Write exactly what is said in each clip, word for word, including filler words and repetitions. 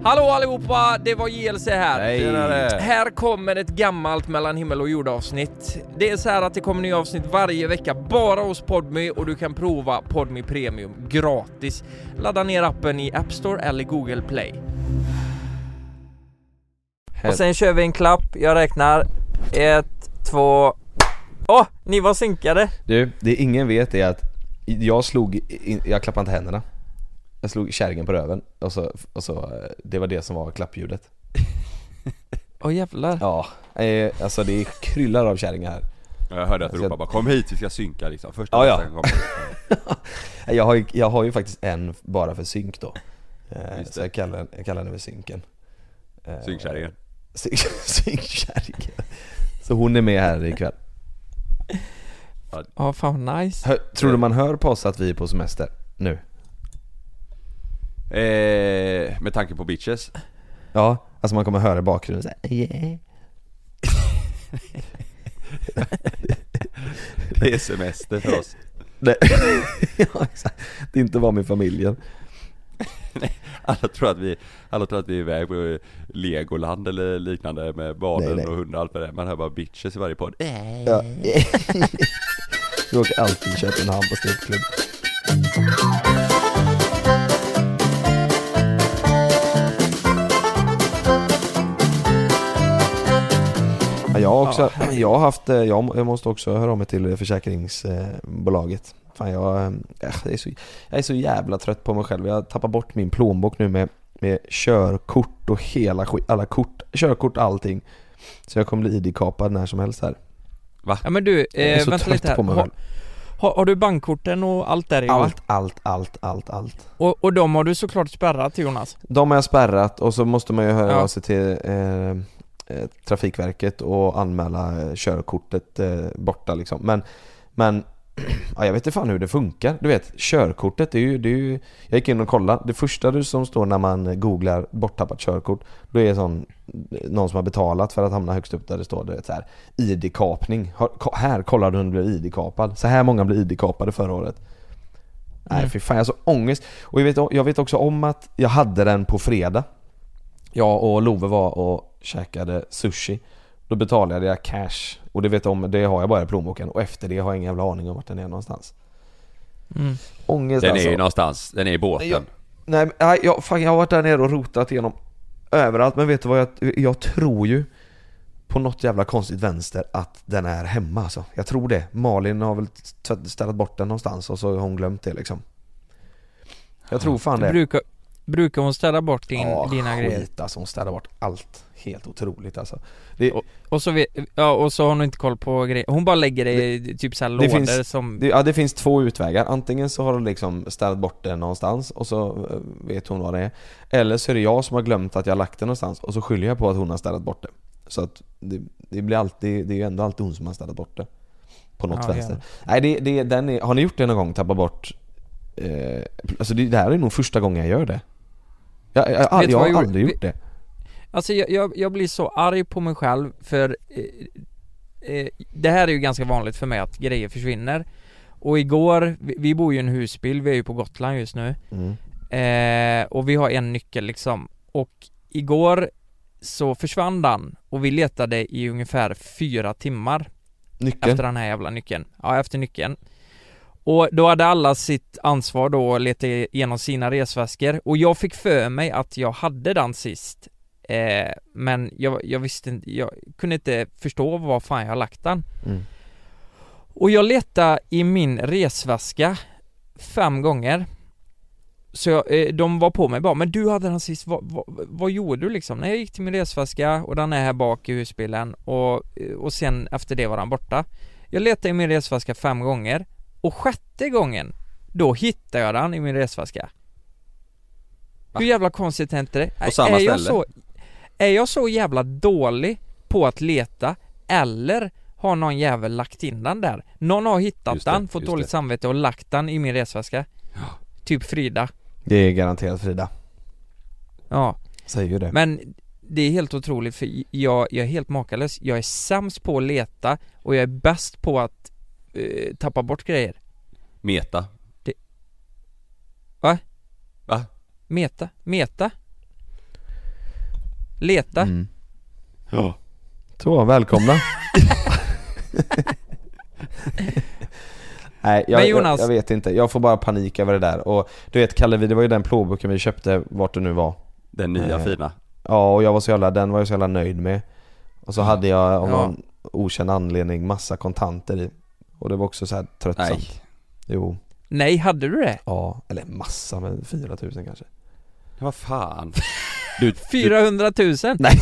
Hallå allihopa, det var J L C här. Hej. Här kommer ett gammalt mellan himmel och jord avsnitt. Det är så här att det kommer nya avsnitt varje vecka bara hos Podme och du kan prova Podme Premium gratis. Ladda ner appen i App Store eller Google Play. Och sen kör vi en klapp, jag räknar. Ett, två... Åh, oh, ni var synkade. Du, det ingen vet är att jag slog, in, jag klappade inte händerna. Jag slog kärringen på röven och så, och så det var det som var klappljudet. Åh oh, jävlar. Ja, alltså det är kryllar av kärringar här. Jag hörde att du ropade bara, kom hit, vi ska synka liksom. Första ja, ja. Kom. jag, har ju, jag har ju faktiskt en bara för synk då. Just så jag kallar, jag kallar den för synken. Synkkärringen. Synk, synkkärringen. Så hon är med här ikväll. Ja, oh, fan nice. Hör, tror du man hör på oss att vi är på semester nu? Eh, med tanke på bitches. Ja, alltså man kommer höra i bakgrunden så här, yeah. Det är semester för oss. Det, ja, exakt. Det är inte bara med familjen. Nej, alla tror att vi alla tror att vi är iväg på Legoland eller liknande med barnen nej, nej. och hundar och allt för det. Man hör bara bitches i varje podd. Ja. Du åker alltid köpa en hand på strippklubb. Jag har också, jag har haft, jag måste också höra av mig till försäkringsbolaget. Fan, jag, jag, är så, jag är så jävla trött på mig själv. Jag tappar bort min plånbok nu med, med körkort och hela skit, alla kort, körkort, allting. Så jag kommer bli I D-kapad när som helst här. Va? Ja men du, eh, vänta lite här. Har, har, har du bankkorten och allt där i? Allt, allt, allt, allt, allt. Och, och de har du såklart spärrat, Jonas? De har jag spärrat och så måste man ju höra ja. av sig till eh, Trafikverket och anmäla körkortet eh, borta liksom. Men, men ja, jag vet inte fan hur det funkar. Du vet, körkortet det är ju, det är ju, jag gick in och kollade. Det första som står när man googlar borttappat körkort, då är det sån, någon som har betalat för att hamna högst upp där det står det så här, I D-kapning. Här kollar du om du blir I D-kapad. Så här många blir I D-kapade förra året. Nej, mm. Fy fan, jag har så ångest. Och jag vet, jag vet också om att jag hade den på fredag. Jag och Love var och käkade sushi. Då betalade jag cash. Och det vet om, det har jag bara i plånboken. Och efter det har jag ingen jävla aning om vart den är någonstans. Mm. Ångest den alltså. är ju någonstans, den är i båten. Jag, nej, nej jag, fan, jag har varit där nere och rotat igenom överallt. Men vet du vad, jag, jag tror ju på något jävla konstigt vänster att den är hemma alltså. Jag tror det. Malin har väl ställt bort den någonstans och så har hon glömt det liksom. Jag tror fan det. Brukar, brukar hon ställa bort din, ja, dina skit, grejer? Alltså hon ställer bort allt. Helt otroligt alltså. Det, och, och, så vet, ja, och så har hon inte koll på grejer. Hon bara lägger det i typ så här lådor finns, som... Det, ja, det finns två utvägar. Antingen så har hon liksom ställt bort det någonstans och så vet hon vad det är. Eller så är det jag som har glömt att jag har lagt det någonstans och så skyller jag på att hon har ställt bort det. Så att det, det blir alltid, det är ju ändå alltid hon som har ställt bort det. På något ja, vänster. Ja. Nej, det, det, den är, har ni gjort det någon gång? Tappa bort... Eh, alltså det, det här är nog första gången jag gör det. Jag, jag, jag, jag har jag aldrig gjort det. Alltså jag, jag, jag blir så arg på mig själv för eh, eh, det här är ju ganska vanligt för mig att grejer försvinner. Och igår, vi, vi bor ju i en husbil, vi är ju på Gotland just nu. Mm. Eh, och vi har en nyckel liksom. Och igår så försvann den och vi letade i ungefär fyra timmar. Nyckeln? Efter den här jävla nyckeln. Ja, efter nyckeln. Och då hade alla sitt ansvar då att leta igenom sina resväskor. Och jag fick för mig att jag hade den sist. Eh, men jag, jag visste inte, jag kunde inte förstå vad fan jag har lagt den. Mm. Och jag letade i min resväska fem gånger. Så jag, eh, de var på mig bara, men du hade den sist, vad, vad, vad gjorde du liksom? När jag gick till min resväska och den är här bak i husbilen och, och sen efter det var den borta. Jag letade i min resväska fem gånger och sjätte gången då hittade jag den i min resväska. Va? Hur jävla konstigt är inte det? På samma är ställe? Jag så, är jag så jävla dålig på att leta eller har någon jävel lagt in den där? Någon har hittat just det, den, fått dåligt det. samvete och lagt den i min resväska. Ja. Typ Frida. Det är garanterat Frida. Ja. Säger ju det. Men det är helt otroligt för jag, jag är helt makalös. Jag är sämst på att leta och jag är bäst på att uh, tappa bort grejer. Meta. Det... Va? Va? Meta? Meta? Leta. Mm. Ja. Så, välkomna. Nej, jag, Men Jonas- jag, jag vet inte. Jag får bara panik över det där. Och du vet, Kalle, det var ju den plånboken vi köpte vart det nu var. Den nya Eh, fina. Ja, och jag var så jävla, den var jag så jävla nöjd med. Och så hade jag av Ja. någon okänd anledning massa kontanter i. Och det var också så här tröttsamt. Nej. Jo, Nej, hade du det? ja, eller massa, men fyra tusen kanske. Vad fan. Du, fyrahundratusen? Nej.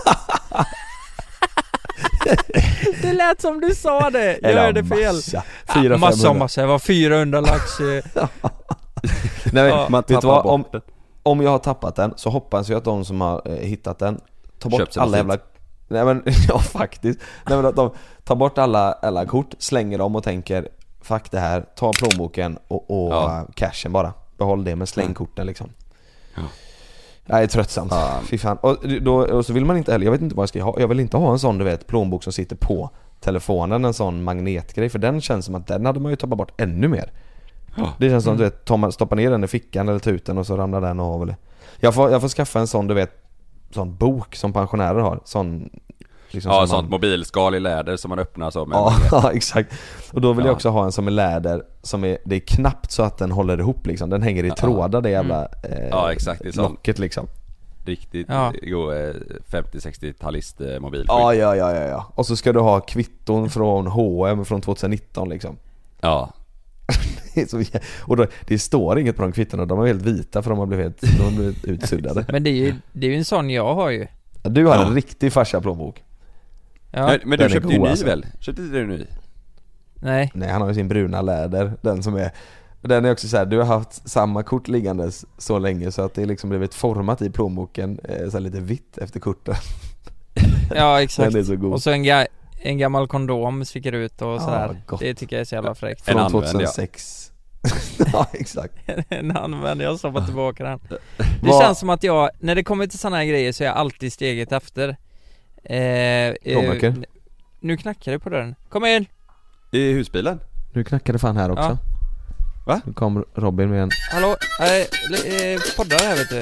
Det lät som du sa det. Jag Eller hörde fel. Massa, Ah, fyra, massa, femhundra. massa. Det var fyrahundra lax. eh. Nej, men, Ja, man vet du tappar vad? bort Om, den. om jag har tappat den så hoppas jag att de som har eh, hittat den tar bort Köpt sig alla något jävla... Nej men, ja faktiskt. Nej men att de tar bort alla, alla kort, slänger dem och tänker fuck det här, ta plånboken och, och Ja. eh, cashen bara. Behåll det, men släng Mm. korten liksom. Ja. Nej, det är tröttsamt. Fan. Fy fan. Och, då, och så vill man inte heller, jag vet inte vad jag ska ha. Jag vill inte ha en sån, du vet, plånbok som sitter på telefonen, en sån magnetgrej, för den känns som att den hade man ju tappat bort ännu mer. Ja. Det känns som Mm. du vet, tar man, stoppar ner den i fickan eller tuten och så ramlar den av eller. Jag får, jag får skaffa en sån, du vet, sån bok som pensionärer har. Sån liksom Ja, som sånt man, mobilskal i läder som man öppnar så med. ja, ja, exakt. Och då vill jag Ja. också ha en som är läder, som är, det är knappt så att den håller ihop liksom. Den hänger i Ja. trådar, det jävla eh, Ja, exakt, det är sånt. locket liksom. Riktigt Ja. god eh, femtio-sextio-talist eh, mobilskydd. Ja, ja, ja, ja, ja. Och så ska du ha kvitton från H och M från tjugonitton liksom. Ja. Det är så, jä- och då, det står inget på de kvittona, de är helt vita för de har blivit, de har blivit utsuddade. Men det är ju, det är ju en sån jag har ju. Du har Ja. en riktig farsa plånbok. Ja. Men, men du den är köpte ju god, ny alltså. väl? Köpte inte du ny? Nej. Nej, han har ju sin bruna läder, den som är. Den är också så här, du har haft samma kort liggandes så länge så att det liksom blivit format i plånboken eh, så här lite vitt efter korten. Ja, exakt. Den är så god. Och så en, ga- en gammal kondom sticker ut och Ja, sådär. vad gott. Det tycker jag är så jävla fräckt. En Från använd, ja. tjugohundrasex. Ja, exakt. En använder, jag stoppar tillbaka den. Det Vad- känns som att jag, när det kommer till såna här grejer så är jag alltid steget efter. Eh, eh, Plånböcker. n- Nu knackar det på dörren. Kom in! I husbilen? Nu knackar det fan här också. Ja. Va? Nu kom Robin med en. Hallå? Eh, eh, poddar här vet du.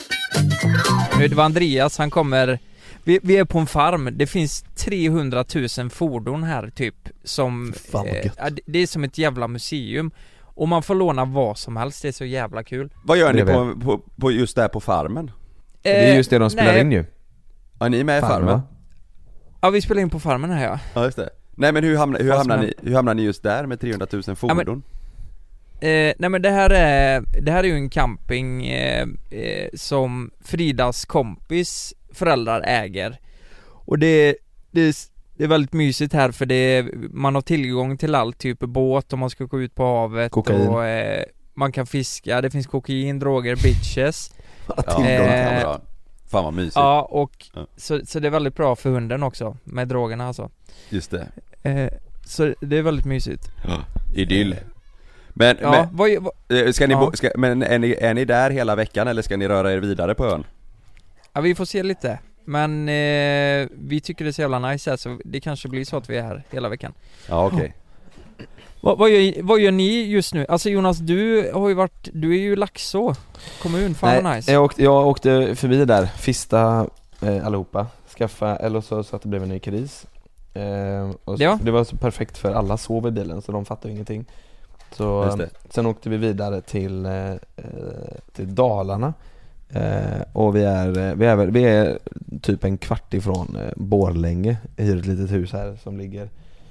Nu, det var Andreas, han kommer. Vi, vi är på en farm. Det finns trehundratusen fordon här typ. Som Fan vad eh, gött. ja, det- det är som ett jävla museum. Och man får låna vad som helst. Det är så jävla kul. Vad gör ni Det på, på, på just där på farmen? Det är just det de spelar nej. in ju. Ja, ni är med i Fan, farmen? va? Ja, vi spelar in på farmen här ja. Ja, just det. Nej men hur hamnar, hur Vad hamnar som ni, hur hamnar ni just där med trehundratusen Ja, men- fordon? Eh, nej men det här är det här är ju en camping eh, eh, som Fridas kompis föräldrar äger. Och det, det, det är väldigt mysigt här för det man har tillgång till allt, typ båt om man ska gå ut på havet. Kokain. Och eh, man kan fiska, det finns kokain, droger, bitches. Ja, Tillgång det till Eh, är bra. Fan vad mysigt. Ja, och Ja. så, så det är väldigt bra för hunden också med drogerna alltså. Just det. Eh, så det är väldigt mysigt. Ja. Idyll. Men, Ja, vad, vad, men, eh, ska ni ja. bo, ska, men är ni, är ni där hela veckan eller ska ni röra er vidare på ön? Ja, vi får se lite. Men eh, vi tycker det är så jävla nice här, så det kanske blir så att vi är här hela veckan. Ja, okej. Vad, vad, gör, vad gör ni just nu? Alltså Jonas, du har ju varit, du är ju i Laxå kommun, fan vad Nej, nice. jag, åkte, jag åkte förbi där, fista eh, allihopa, skaffa, eller så, så att det blev en ny kris. Eh, och så, Ja. Det var så perfekt för alla sov i bilen så de fattade ingenting. Så Just det. sen åkte vi vidare till, eh, eh, till Dalarna. Eh, och vi är, eh, vi, är, väl- vi är typ en kvart ifrån eh, Borlänge, i ett litet hus här som ligger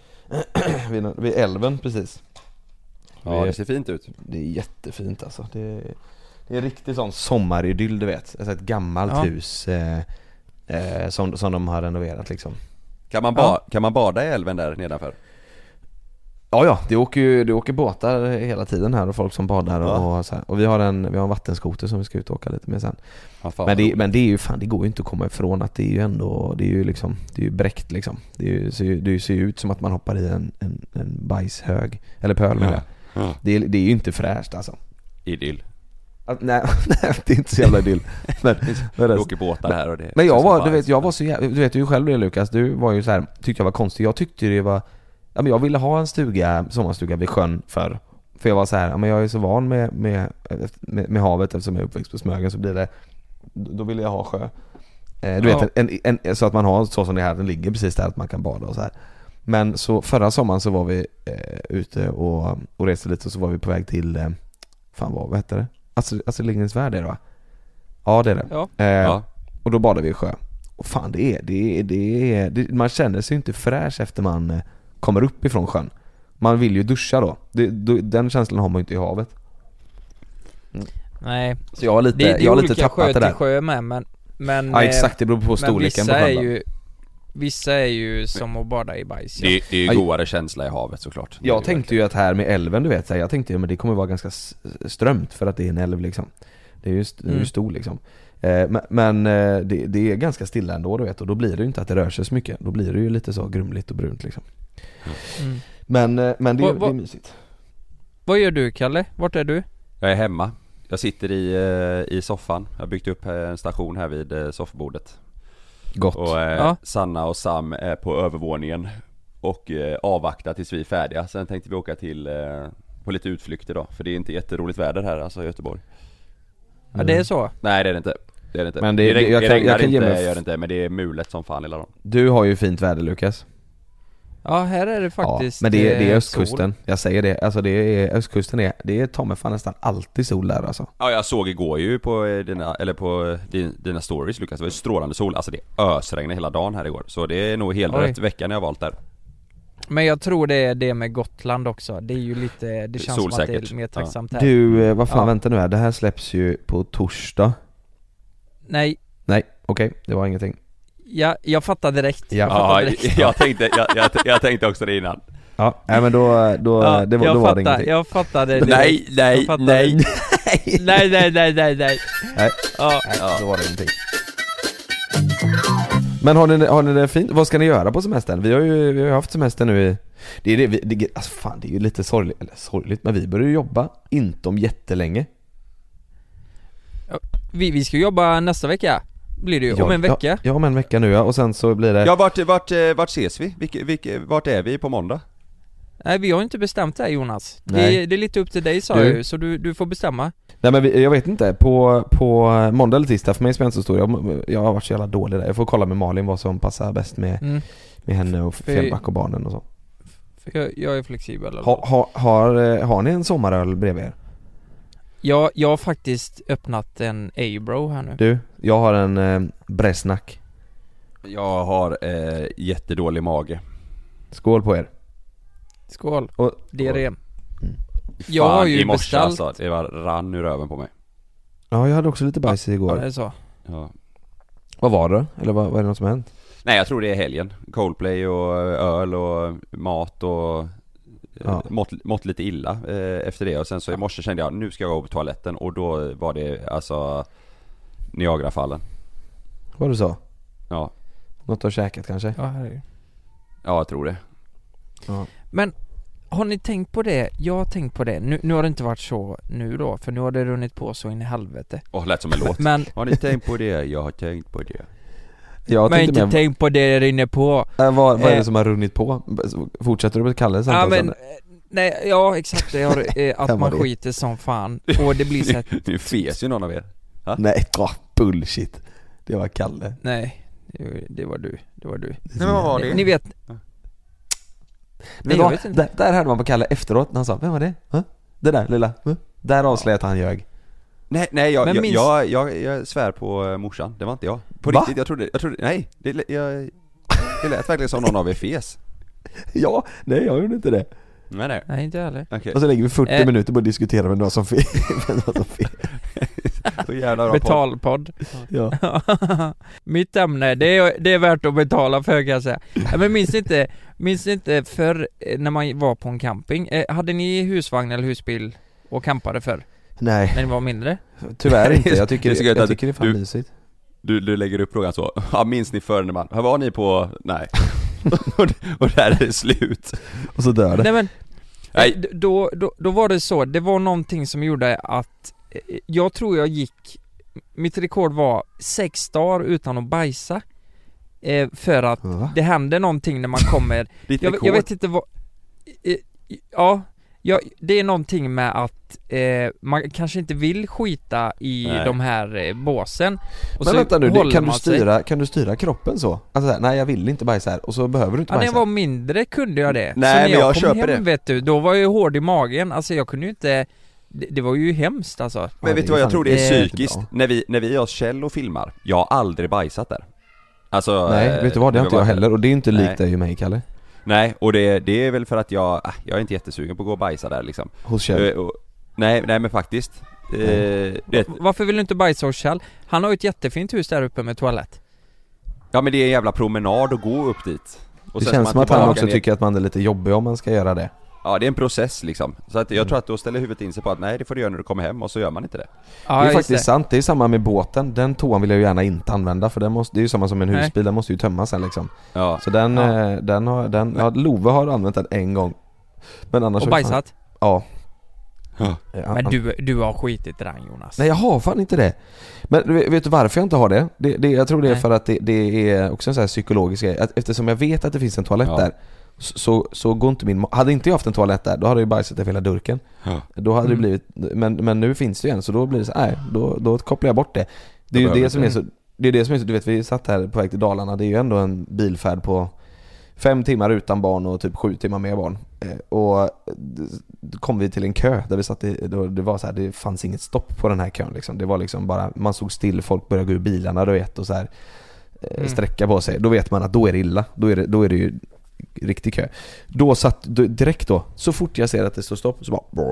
vid, vid älven precis. Ja, det ser fint ut. Det är jättefint alltså. Det är, det är riktigt sån sommaridyll, du vet. Alltså ett gammalt Ja. hus eh, eh, som, som de har renoverat liksom. Kan man, ba- Ja. kan man bada i älven där nedanför? Ja, ja, det åker ju det åker båtar hela tiden här och folk som badar och, Ja. och så här. Och vi har en vi har en vattenskoter som vi ska ut och åka lite med sen. Ja, fan, Men vad det, men det är ju fan, det går ju inte att komma ifrån att det är ju ändå, det är ju liksom, det är ju bräckt liksom. Det, är ju, ser ju, det ser ju ut som att man hoppar i en, en, en bajshög, eller pöl med Ja. det. Ja. Det är, det är ju inte fräscht alltså. Idyll. Att, nej, nej, det är inte så jävla idyll. Men, men, Du det, åker båtar här och det men jag känns var, som du vet, bajs. jag var så jävla, du vet ju själv det Lukas, du var ju så här, tyckte jag var konstig. Jag tyckte det var, ja men jag ville ha en stuga, sommarstuga vid sjön för För jag var så här, ja men jag är så van med, med, med, med havet eftersom jag är uppväxt på Smögen, så blir det, då ville jag ha sjö. eh, Du Ja. vet, en, en, en, så att man har så som det här, den ligger precis där att man kan bada och så här. Men så förra sommaren så var vi eh, ute och, och reste lite och så var vi på väg till eh, fan vad, vad heter det? Astrid, Astrid Lindgrens Värld är det va? Ja det är det. Ja. Eh, Ja. Och då badade vi i sjö. Och fan det är, det är, det är det, man känner sig inte fräsch efter man eh, kommer upp ifrån sjön. Man vill ju duscha då. Det, då den känslan har man ju inte i havet. Mm. Nej, Så jag har lite, det, det är jag har lite olika tappat sjö det där. till sjö med, men, men Ja eh, exakt, det beror på men storleken på vissa är sjön. ju Vissa är ju som att bada i bajs. Ja. Det, det är ju Aj. godare känsla i havet såklart. Jag tänkte ju att här med älven, du vet, så här, jag tänkte ju men det kommer vara ganska s- strömt för att det är en älv liksom. Det är ju, st- det är ju Mm. stor liksom. Eh, men men eh, det, det är ganska stilla ändå, du vet, och då blir det ju inte att det rör sig så mycket. Då blir det ju lite så grumligt och brunt liksom. Mm. Men, eh, men det, Vad- det är vad- mysigt. Vad gör du, Kalle? Vart är du? Jag är hemma. Jag sitter i, eh, i soffan. Jag har byggt upp en station här vid eh, soffbordet. Gott. Och eh, Ja. Sanna och Sam är på övervåningen och eh, avvaktar tills vi är färdiga. Sen tänkte vi åka till eh, på lite utflykter då, för det är inte jätteroligt väder här alltså i Göteborg. Ja, det är så. Nej det är det inte. Det är det inte. Men det- det, reg- jag det kan- regnar jag kan ge inte, mig f- gör det inte, men det är mulet som fan hela dagen. Du har ju fint väder, Lukas. Ja, här är det faktiskt. Ja, men det är, det är eh, östkusten. Jag säger det. Alltså det är östkusten är det är tar mig fan nästan alltid sol där alltså. Ja jag såg igår ju på eh, dina, eller på eh, din, dina stories Lukas, det var ju strålande sol. Alltså det ösregnade hela dagen här igår. Så det är nog helt Oj. rätt veckan jag har valt där. Men jag tror det är det med Gotland också. Det är ju lite, det känns som att det Solsäkert. är mer tacksamt här. Du, eh, vad fan, Ja. vänta nu här. Det här släpps ju på torsdag. Nej, Nej, okej, det var ingenting. ja, jag fattar direkt. Ja. Jag fattar Ja, direkt. jag tänkte, jag, jag, jag tänkte också det innan. Ja, nej men då, då, Ja, det var, jag då var fattar, det ingenting. jag fattade direkt. Nej, nej, Jag fattar. nej. nej, nej, nej, nej, nej. Nej. Ja. Nej, då var det ingenting. Men har ni, har ni det fint? Vad ska ni göra på semestern? Vi har ju, vi har ju haft semester nu i... Det är det, vi, det, alltså fan, det är ju lite sorgligt, eller sorgligt, men vi börjar ju jobba inte om jättelänge. Vi, vi ska jobba nästa vecka. Blir det ju, om en vecka. Ja, ja, om en vecka nu ja, och sen så blir det... Ja, vart, vart, eh, vart ses vi? Vilk, vilk, vart är vi på måndag? Nej, vi har inte bestämt det här, Jonas. Det, Nej. det är lite upp till dig, sa Du- jag ju, så du, du får bestämma. Nej men vi, jag vet inte, på, på måndag eller tisdag, för mig spelar det inte så stor. Jag, jag har varit så jävla dålig där. Jag får kolla med Malin vad som passar bäst med, Mm. med henne och Fjällback och barnen och så. För jag, jag är flexibel. Ha, ha, har, eh, har ni en sommaröl bredvid er? Jag, jag har faktiskt öppnat en A-bro här nu. Du, jag har en eh, Bresnak. Jag har eh, jättedålig mage. Skål på er. Skål. Och, Det är det. Mm. Jag har ju i morse beställt. alltså, det var rann ur röven på mig. Ja, jag hade också lite bajs Ja, igår. det är så. Ja. Vad var det? Eller vad, vad är det något som har hänt? Nej jag tror det är helgen. Coldplay och öl och mat och eh, Ja. mått, mått lite illa eh, efter det. Och sen så i morse kände jag, nu ska jag gå på toaletten. Och då var det alltså Niagarafallen. Vad du sa? Ja, Något du har käkat kanske? Ja, här är det. ja jag tror det. Ja. Men har ni tänkt på det? Jag har tänkt på det. Nu, nu har det inte varit så nu då, för nu har det runnit på så in i helvete. Åh, lät som en låt. Men, Har ni tänkt på det? Jag har tänkt på det. Jag men tänkte inte med, tänkt på det där inne på. äh, vad, vad är det Eh. som har runnit på? Fortsätter du med Kalle sen? Ja då, men, sen? eh, nej, ja exakt, jag har, eh, att Vem var man det? skiter som fan. Och det blir så här, Nu fes ju någon av er. Nej, dra, bullshit. Det var Kalle. nej, det var- det var du, det var du. Nej, men vad var det? Ni vet, Men Nej, då, jag vet inte. där, där hörde man på Kalle efteråt när han sa, vem var det? Huh? Det där lilla, huh? Där avslöjade han ljög. Nej, nej jag, Men jag, minns- jag, jag, jag svär på eh, morsan, det var inte jag. På Va? riktigt, jag trodde, jag trodde, nej, det, lä- jag, det lät verkligen som någon av er fes. Ja, nej jag gjorde inte det. Nej, nej. nej inte jag heller. Okej. Och så lägger vi fyrtio Eh. minuter på att diskutera med någon som fel. med någon som fel. Så jävla bra podd. Betalpodd. Ja. Mitt ämne, det är, det är värt att betala för kan jag säga. Ja, men minns inte, minns inte för när man var på en camping, eh, hade ni husvagn eller husbil och campade för Nej, när ni var mindre? tyvärr inte. Jag Det tycker, är så jag, gött jag att tycker det är fan du- mysigt. Du, du lägger upp frågan så, ja minns ni förr när man, här var ni på, nej. och, och där är det slut. Och så dör det. Nej men, Nej. eh, d- då, då, då var det så, det var någonting som gjorde att eh, jag tror jag gick, mitt rekord var sex dagar utan att bajsa. Eh, för att Va? det händer någonting när man kommer. Ditt Jag, rekord. jag vet inte vad, eh, ja, Ja, det är någonting med att eh, man kanske inte vill skita i Nej. de här eh, båsen. Och Men så vänta nu, det, håller kan, du man sig. styra, kan du styra kroppen så? Alltså så här, nej jag vill inte bajsa här, och så behöver du inte Ja, när bajsa. jag var mindre kunde jag det. Nej, så när men jag, jag kom köper hem, det. vet du, då var jag ju hård i magen. Alltså jag kunde ju inte, det, det var ju hemskt alltså. Men Ja, vet det du vad, är jag tror det är fan- psykiskt. bra. När vi, när vi är hos Kjell och filmar, jag har aldrig bajsat där. Alltså, Nej, eh, vet du vad, det har när inte vi jag var- heller, och det är inte Nej. likt dig och mig, Kalle. Nej, och det, det är väl för att jag, ah, jag är inte jättesugen på att gå och bajsa där liksom. Hos Kjell. Eh, och, nej, nej men faktiskt. Eh, det, Varför vill du inte bajsa hos Kjell? Han har ju ett jättefint hus där uppe med toalett. ja men det är en jävla promenad att gå upp dit. Och Det sen känns ska som man att han tillbaka också ner. tycker att man är lite jobbig om man ska göra det. Ja, det är en process liksom. Så att jag tror att då ställer huvudet in sig på att nej, det får du göra när du kommer hem, och så gör man inte det. Ja, Det är just faktiskt sant, det är samma med båten. Den toan vill jag ju gärna inte använda, för den måste, det är ju samma som en Nej. husbil, den måste ju tömmas sen liksom. Ja, Så den, Ja. eh, den har, den, ja, Love har använt den en gång. Men annars Och har- bajsat. Ja. Ja. Ja, Men han- du, du har skitit i den, Jonas. Nej jag har fan inte det. Men du vet- vet du varför jag inte har det? det, det jag tror det är Nej. för att det, det är också en sån här psykologisk grej, att eftersom jag vet att det finns en toalett Ja. där, så, så går inte min ma- hade inte jag haft en toalett där, då hade jag ju bajsat över hela durken. Ja. Då hade Mm. det blivit, men, men nu finns det ju en, så då blir det så, nej, då, då kopplar jag bort det. Det är Då ju behöver det som är du så, det är det som är så, du vet vi satt här på väg till Dalarna, det är ju ändå en bilfärd på fem timmar utan barn och typ sju timmar med barn. Eh, och då kom vi till en kö där vi satt i, då det var så här, det fanns inget stopp på den här kön liksom. Det var liksom bara, man såg still, folk började gå ur bilarna, du vet, och så här eh, Mm. sträcka på sig. Då vet man att då är det illa. Då är det, då är det ju riktig kö. Då satt, då, direkt då, så fort jag ser att det står stopp, så bara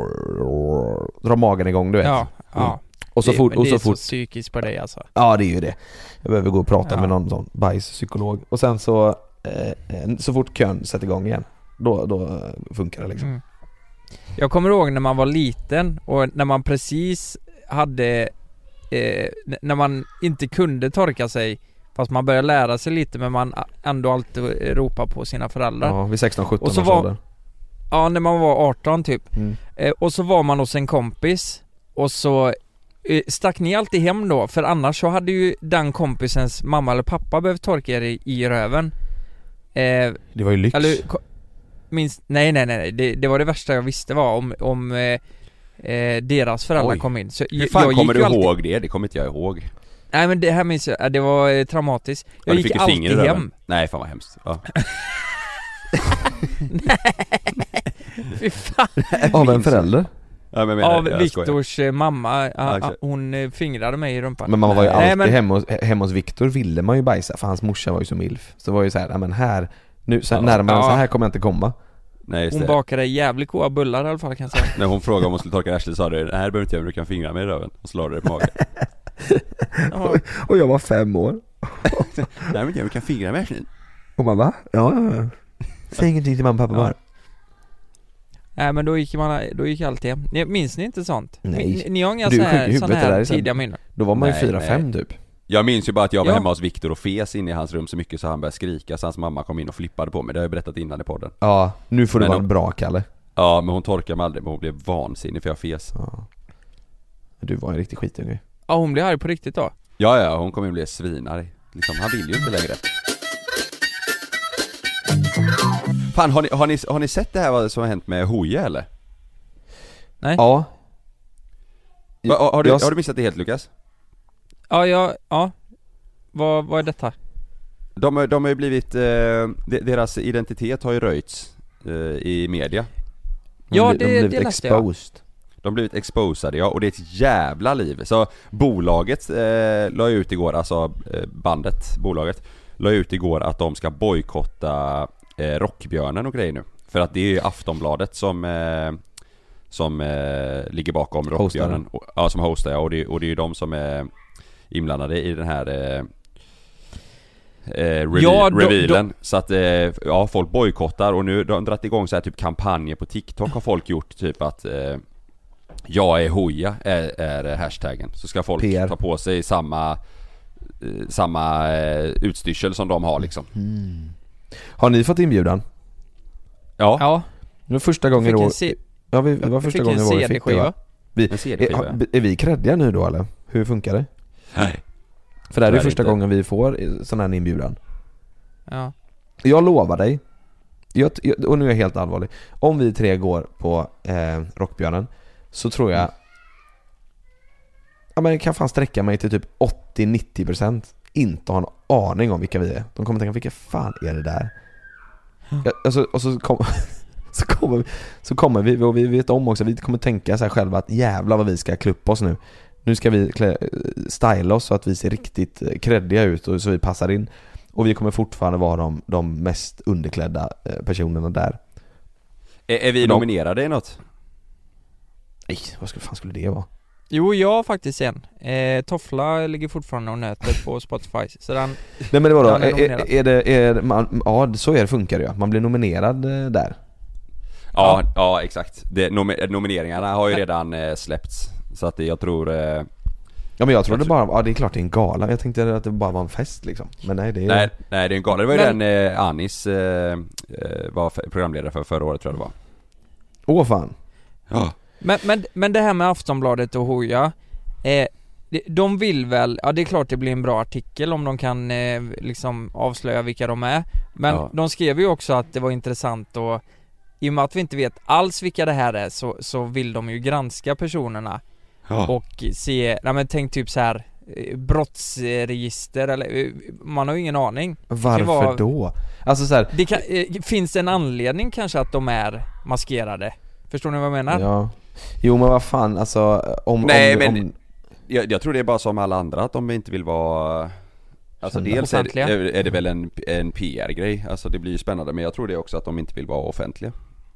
drar magen igång, du vet. Ja, ja. Och så det, fort, men och det så är fort så psykiskt på dig alltså. Ja, det är ju det. Jag behöver gå och prata Ja. med någon sån bajspsykolog. Och sen så eh, så fort kön sätter igång igen, då, då eh, funkar det liksom. Mm. Jag kommer ihåg när man var liten och när man precis hade eh, n- när man inte kunde torka sig, fast man började lära sig lite, men man a- ändå alltid ropar på sina föräldrar. Ja, Ja, vid sexton sjutton Och så års var- ålder. när man var arton typ. Mm. Eh, och så var man hos en kompis och så eh, stack ni alltid hem då, för annars så hade ju den kompisens mamma eller pappa behövt torka er i, i röven. Eh, Det var ju lyx. Eller, ko- minst, nej nej nej, det, det var det värsta jag visste var om, om eh, eh, deras föräldrar Oj. kom in. Så Hur jag- fan jag kommer gick du ju alltid, ihåg det? Det kommer inte jag ihåg. Nej men det här minns jag, äh, det var eh, traumatiskt. Ja, Jag du gick fick ett alltid finger i röven. hem. Nej, fan vad hemskt. Ja. Fy fan. Av en förälder. Ja, men jag menar, Av jag skojar. Viktors eh, mamma, ah, Ja, ah, exakt. hon eh, fingrade mig i rumpan. Men man var ju Nej, alltid men- hemma, hos, hemma hos Viktor ville man ju bajsa, för hans morsa var ju så milf. Så det var ju så här, ja men här, nu, så, Ja. närmare än Ja. så här kommer jag inte komma. Nej, just Hon det. bakade jävligt goda bullar i alla fall, kan jag säga. När hon frågade om hon skulle torka arslet sa du, nej det behöver inte jag, men du kan fingra mig i röven. Och så la du det på magen. Ja. Och jag var fem år. Nej men jag kan fingra mig i arslet. Och man va? Ja, ja, ja. Säg ingenting till mamma och pappa Ja. bara. Nej men då gick man, då gick allt hem. Ni- Minns ni inte sånt? Nej. Ni, ni har inga Du är så sjuk i här, huvudet, såna det där här är sen- tidiga minnen? Då var man ju Nej, fyra nej. fem typ. Jag minns ju bara att jag var Ja. hemma hos Viktor och fes inne i hans rum så mycket så han började skrika, så hans mamma kom in och flippade på mig. Det har jag berättat innan i podden. Ja, nu får du Men vara de- bra, Kalle. Ja, men hon torkade mig aldrig, men hon blev vansinnig för jag fes. Ja. Du var en riktig skitunge. Ja, hon blev arg på riktigt då. Ja, ja, hon kommer ju bli svinarg. Liksom, han vill ju inte längre. Fan, har ni, har ni, har ni sett det här vad som har hänt med Hoja eller? Nej? Ja. Va, har, har, du, Jag- har du missat det helt, Lukas? Ja, ja, ja. Vad, vad är detta? De, har- de har ju blivit, eh, de- deras identitet har ju röjts eh, i media. De Ja, blir- de det- blivit det läste jag. exposed. De har blivit exposade, ja, och det är ett jävla liv. Så bolaget eh, la ut igår, alltså eh, bandet, bolaget la ut igår att de ska bojkotta eh, Rockbjörnen och grejer nu. För att det är ju Aftonbladet som eh, som eh, ligger bakom Rockbjörnen. Och, ja, som hostar, ja, och det, och det är ju de som är inblandade i den här eh, eh, reveal, Ja, de- revealen. Så att eh, ja, folk bojkottar, och nu har de dragit igång så här typ kampanjer på TikTok har folk gjort, typ att eh, jag är Hoja är, är hashtaggen. Så ska folk P R. ta på sig samma eh, samma eh, utstyrsel som de har liksom. Har ni fått inbjudan? Ja, Ja, Det var första jag gången fick i år. en, C- Ja, vi, det var jag första fick gången en i år vi fick det, C D-skiva. va? Vi, en C D-skiva. är, är vi kreddiga nu då eller? Hur funkar det? Nej. För det här är Tyvärr första inte. gången vi får sån här inbjudan. Ja. Jag lovar dig jag, jag, och nu är jag helt allvarlig. Om vi tre går på eh, Rockbjörnen, så tror jag, ja men jag kan fan sträcka mig till typ åttio till nittio procent inte ha en aning om vilka vi är. De kommer tänka, vilka fan är det där? Ja, alltså, och så kommer så kommer vi, så kommer vi och vi vet om också, vi kommer tänka så här själva att jävla vad vi ska klippa oss nu. Nu ska vi klä, styla oss så att vi ser riktigt kreddiga ut och så vi passar in. Och vi kommer fortfarande vara de, de mest underklädda personerna där. Är, är vi de, nominerade i något? Nej, vad skulle, fan skulle det vara? Jo, jag har faktiskt en. Eh, Toffla ligger fortfarande och nöter på Spotify. Så den, Nej men det var då, är, är, är det, är man, ja så är det, funkar det ju. Man blir nominerad där. Ja, ja, ja exakt. Det, nom, nomineringarna har ju redan eh, släppts. Så att det, jag tror... Eh, Ja men jag trodde bara, ja det är klart det är en gala. Jag tänkte att det bara var en fest liksom. Men nej det är nej, nej det är en gala. Det var ju men, den eh, Anis eh, var programledare för förra året tror jag det var. Åh fan. Ja. Men, men, men det här med Aftonbladet och Hoja, eh, de vill väl, ja det är klart det blir en bra artikel om de kan eh, liksom avslöja vilka de är. Men ja. de skrev ju också att det var intressant, och i och med att vi inte vet alls vilka det här är, så, så vill de ju granska personerna. Ja. Och se, nej men tänk typ så här brottsregister eller man har ju ingen aning. Varför vara, då? Alltså så här, det kan, eh, finns det en anledning kanske att de är maskerade? Förstår ni vad jag menar? Ja. Jo men vad fan, alltså om nej om, men om... Jag, jag tror det är bara som alla andra att de inte vill vara. Alltså dels är det, är det väl en, en P R-grej. Alltså det blir ju spännande, men jag tror det också att de inte vill vara offentliga.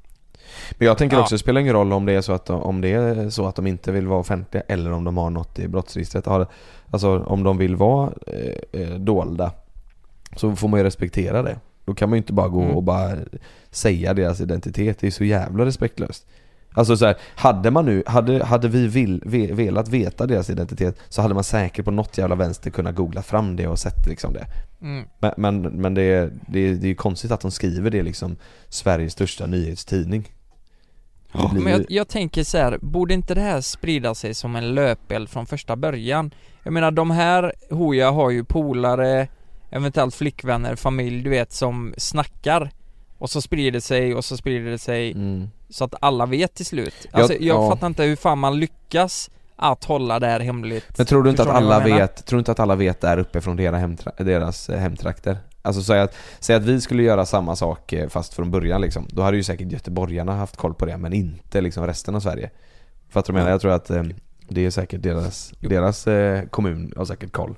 Men jag tänker ja. också, det spelar ingen roll om det är så att de, om det är så att de inte vill vara offentliga eller om de har något i brottsregistret. Alltså om de vill vara eh, dolda, så får man ju respektera det. Då kan man ju inte bara gå mm. och bara säga deras identitet. Det är så jävla respektlöst. Alltså så här, hade man nu hade hade vi vill, velat veta deras identitet, så hade man säkert på något jävla vänster kunnat googla fram det och sett liksom det. Mm. Men men men det är det är det är ju konstigt att de skriver det liksom, Sveriges största nyhetstidning. Ja, men jag, jag tänker så här, borde inte det här sprida sig som en löpeld från första början? Jag menar, de här Hoja har ju polare, eventuellt flickvänner, familj, du vet, som snackar. Och så sprider det sig och så sprider det sig mm. så att alla vet till slut. Alltså jag, jag ja. fattar inte hur fan man lyckas att hålla det här hemligt. Men tror du inte Förstår att alla vet, tror du inte att alla vet där uppe från deras, hemtra- deras hemtrakter? Alltså säg att, säg att vi skulle göra samma sak fast från början liksom. Då hade ju säkert göteborgarna haft koll på det, men inte liksom resten av Sverige. Fattar du vad jag menar? Jag tror att eh, det är säkert deras, deras eh, kommun har säkert koll.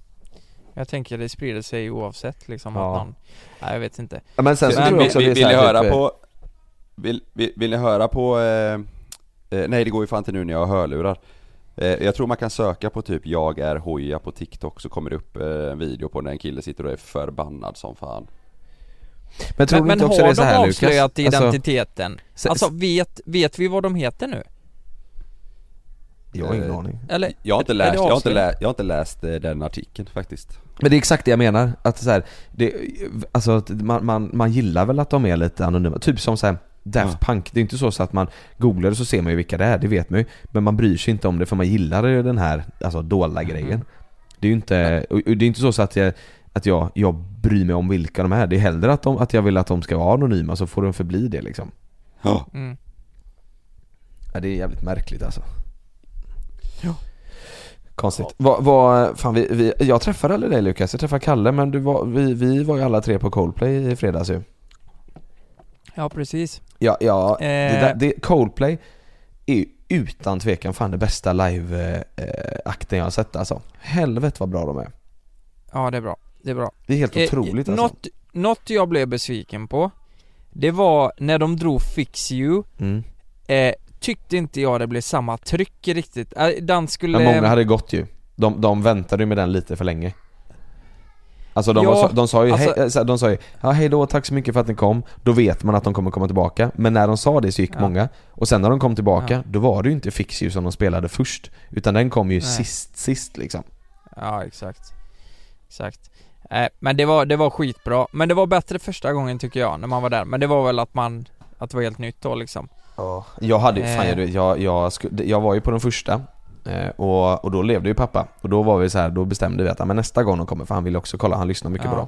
Jag tänker det sprider sig oavsett liksom ja. att någon, nej, jag vet inte. Ja, men sen så men, tror jag också vill, det är vill, så här, höra typ, på vill, vill, vill ni höra på eh, eh, nej det går ju fan inte nu när jag har hörlurar. Eh, jag tror man kan söka på typ jag är Hoja på TikTok, så kommer det upp eh, en video på när en kille sitter och är förbannad som fan. Men tror men, du inte men också har det är så här, de avslöjat Lucas? identiteten? Alltså, alltså vet, vet vi vad de heter nu? Jag har ingen uh, aning. Eller, jag har inte läst, jag har inte läst, jag har inte läst den artikeln faktiskt. Men det är exakt det jag menar, att så här, det, alltså man, man, man gillar väl att de är lite anonyma, typ som så här Daft ja. Punk. Det är inte så, så att man googlar så ser man ju vilka det är, det vet man ju, men man bryr sig inte om det för man gillar den här alltså dolda mm. grejen. Det är ju inte, och det är inte så, så att jag att jag, jag bryr mig om vilka de är. Det är hellre att, de, att jag vill att de ska vara anonyma, så får de förbli det liksom. Ja. Mm. Ja, det är jävligt märkligt alltså. Ja. Konstigt. Ja. Vad, vad, fan, vi, vi, jag träffade aldrig dig Lucas, jag träffade Kalle, men du var, vi, vi var ju alla tre på Coldplay i fredags ju. Ja, precis. Ja, ja eh. det där, det, Coldplay är ju utan tvekan fan det bästa live-akten jag har sett alltså. Helvete vad bra de är. Ja, det är bra. Det är bra. Det är helt otroligt eh, alltså. Något, något jag blev besviken på, det var när de drog Fix You. Mm. Eh, tyckte inte jag det blev samma tryck riktigt. Den skulle... Men många hade gått ju. De, de väntade ju med den lite för länge. Alltså de, ja, var, de sa ju alltså, hej, de sa ju ja, hej då, tack så mycket för att ni kom. Då vet man att de kommer komma tillbaka. Men när de sa det så gick ja. många. Och sen när de kom tillbaka, ja. då var det ju inte Fix You som de spelade först, utan den kom ju Nej. sist sist liksom. Ja, exakt. Exakt. Eh, men det var, det var skitbra. Men det var bättre första gången tycker jag, när man var där. Men det var väl att man att det var helt nytt då liksom. Ja, jag hade eh. fan, jag, jag, jag, skulle, jag var ju på den första. Och, och då levde ju pappa. Och då var vi så här, då bestämde vi att men nästa gång de kommer, för han ville också kolla, han lyssnar mycket ja. på dem.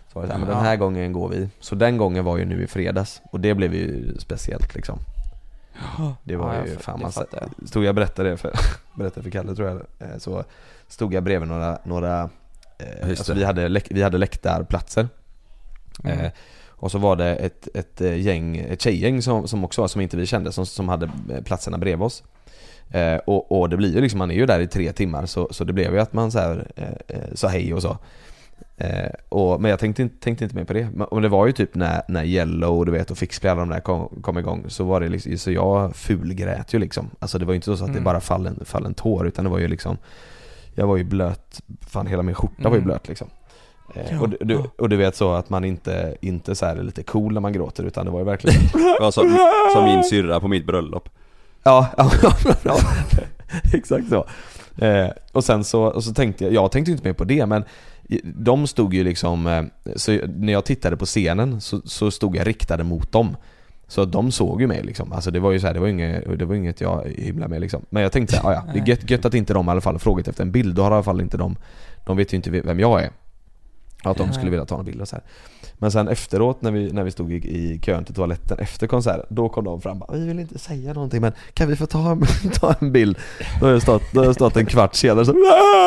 Så var det så här, men den här gången går vi. Så den gången var ju nu i fredags. Och det blev ju speciellt liksom. Det var ja, ju jag, det fan massa. jag. Stod jag berättade det för, berättade för Kalle tror jag. Så stod jag bredvid några, några eh, alltså vi hade, läk, vi hade läktarplatser. Mm. Eh, och så var det ett, ett gäng, ett tjejgäng som, som också var, som inte vi kände, som, som hade platserna bredvid oss. Eh, och, och det blir ju liksom, man är ju där i tre timmar, så, så det blev ju att man så här, eh, sa hej och så. Eh, och, men jag tänkte inte, tänkte inte mer på det. Och det var ju typ när, när Yellow, du vet, och Fixplay, alla de där kom, kom igång, så var det liksom, så jag fulgrät ju liksom. Alltså det var ju inte så att mm. det bara fall en, fall en tår, utan det var ju liksom, jag var ju blöt, fan hela min skjorta mm. var ju blöt liksom. Eh, ja, och, du, ja. och du vet så att man inte, inte så här är lite cool när man gråter, utan det var ju verkligen det var som, som min syrra på mitt bröllop. Ja, ja, ja. Exakt så. Eh, och sen så, och så tänkte jag, jag tänkte inte mer på det, men de stod ju liksom, så när jag tittade på scenen så, så stod jag riktade mot dem. Så de såg ju mig liksom. Alltså det var ju så här, det var inget, det var inget jag hymlade med liksom. Men jag tänkte så här, ja, det är gött, gött att inte de i alla fall frågat efter en bild. Då har i alla fall inte de, de vet ju inte vem jag är. Att de skulle vilja ta en bild och så här. Men sen efteråt när vi, när vi stod i, i kön till toaletten efter konserten, då kom de fram och bara, vi vill inte säga någonting, men kan vi få ta en, ta en bild? Då har jag stått, då har jag stått en kvart senare så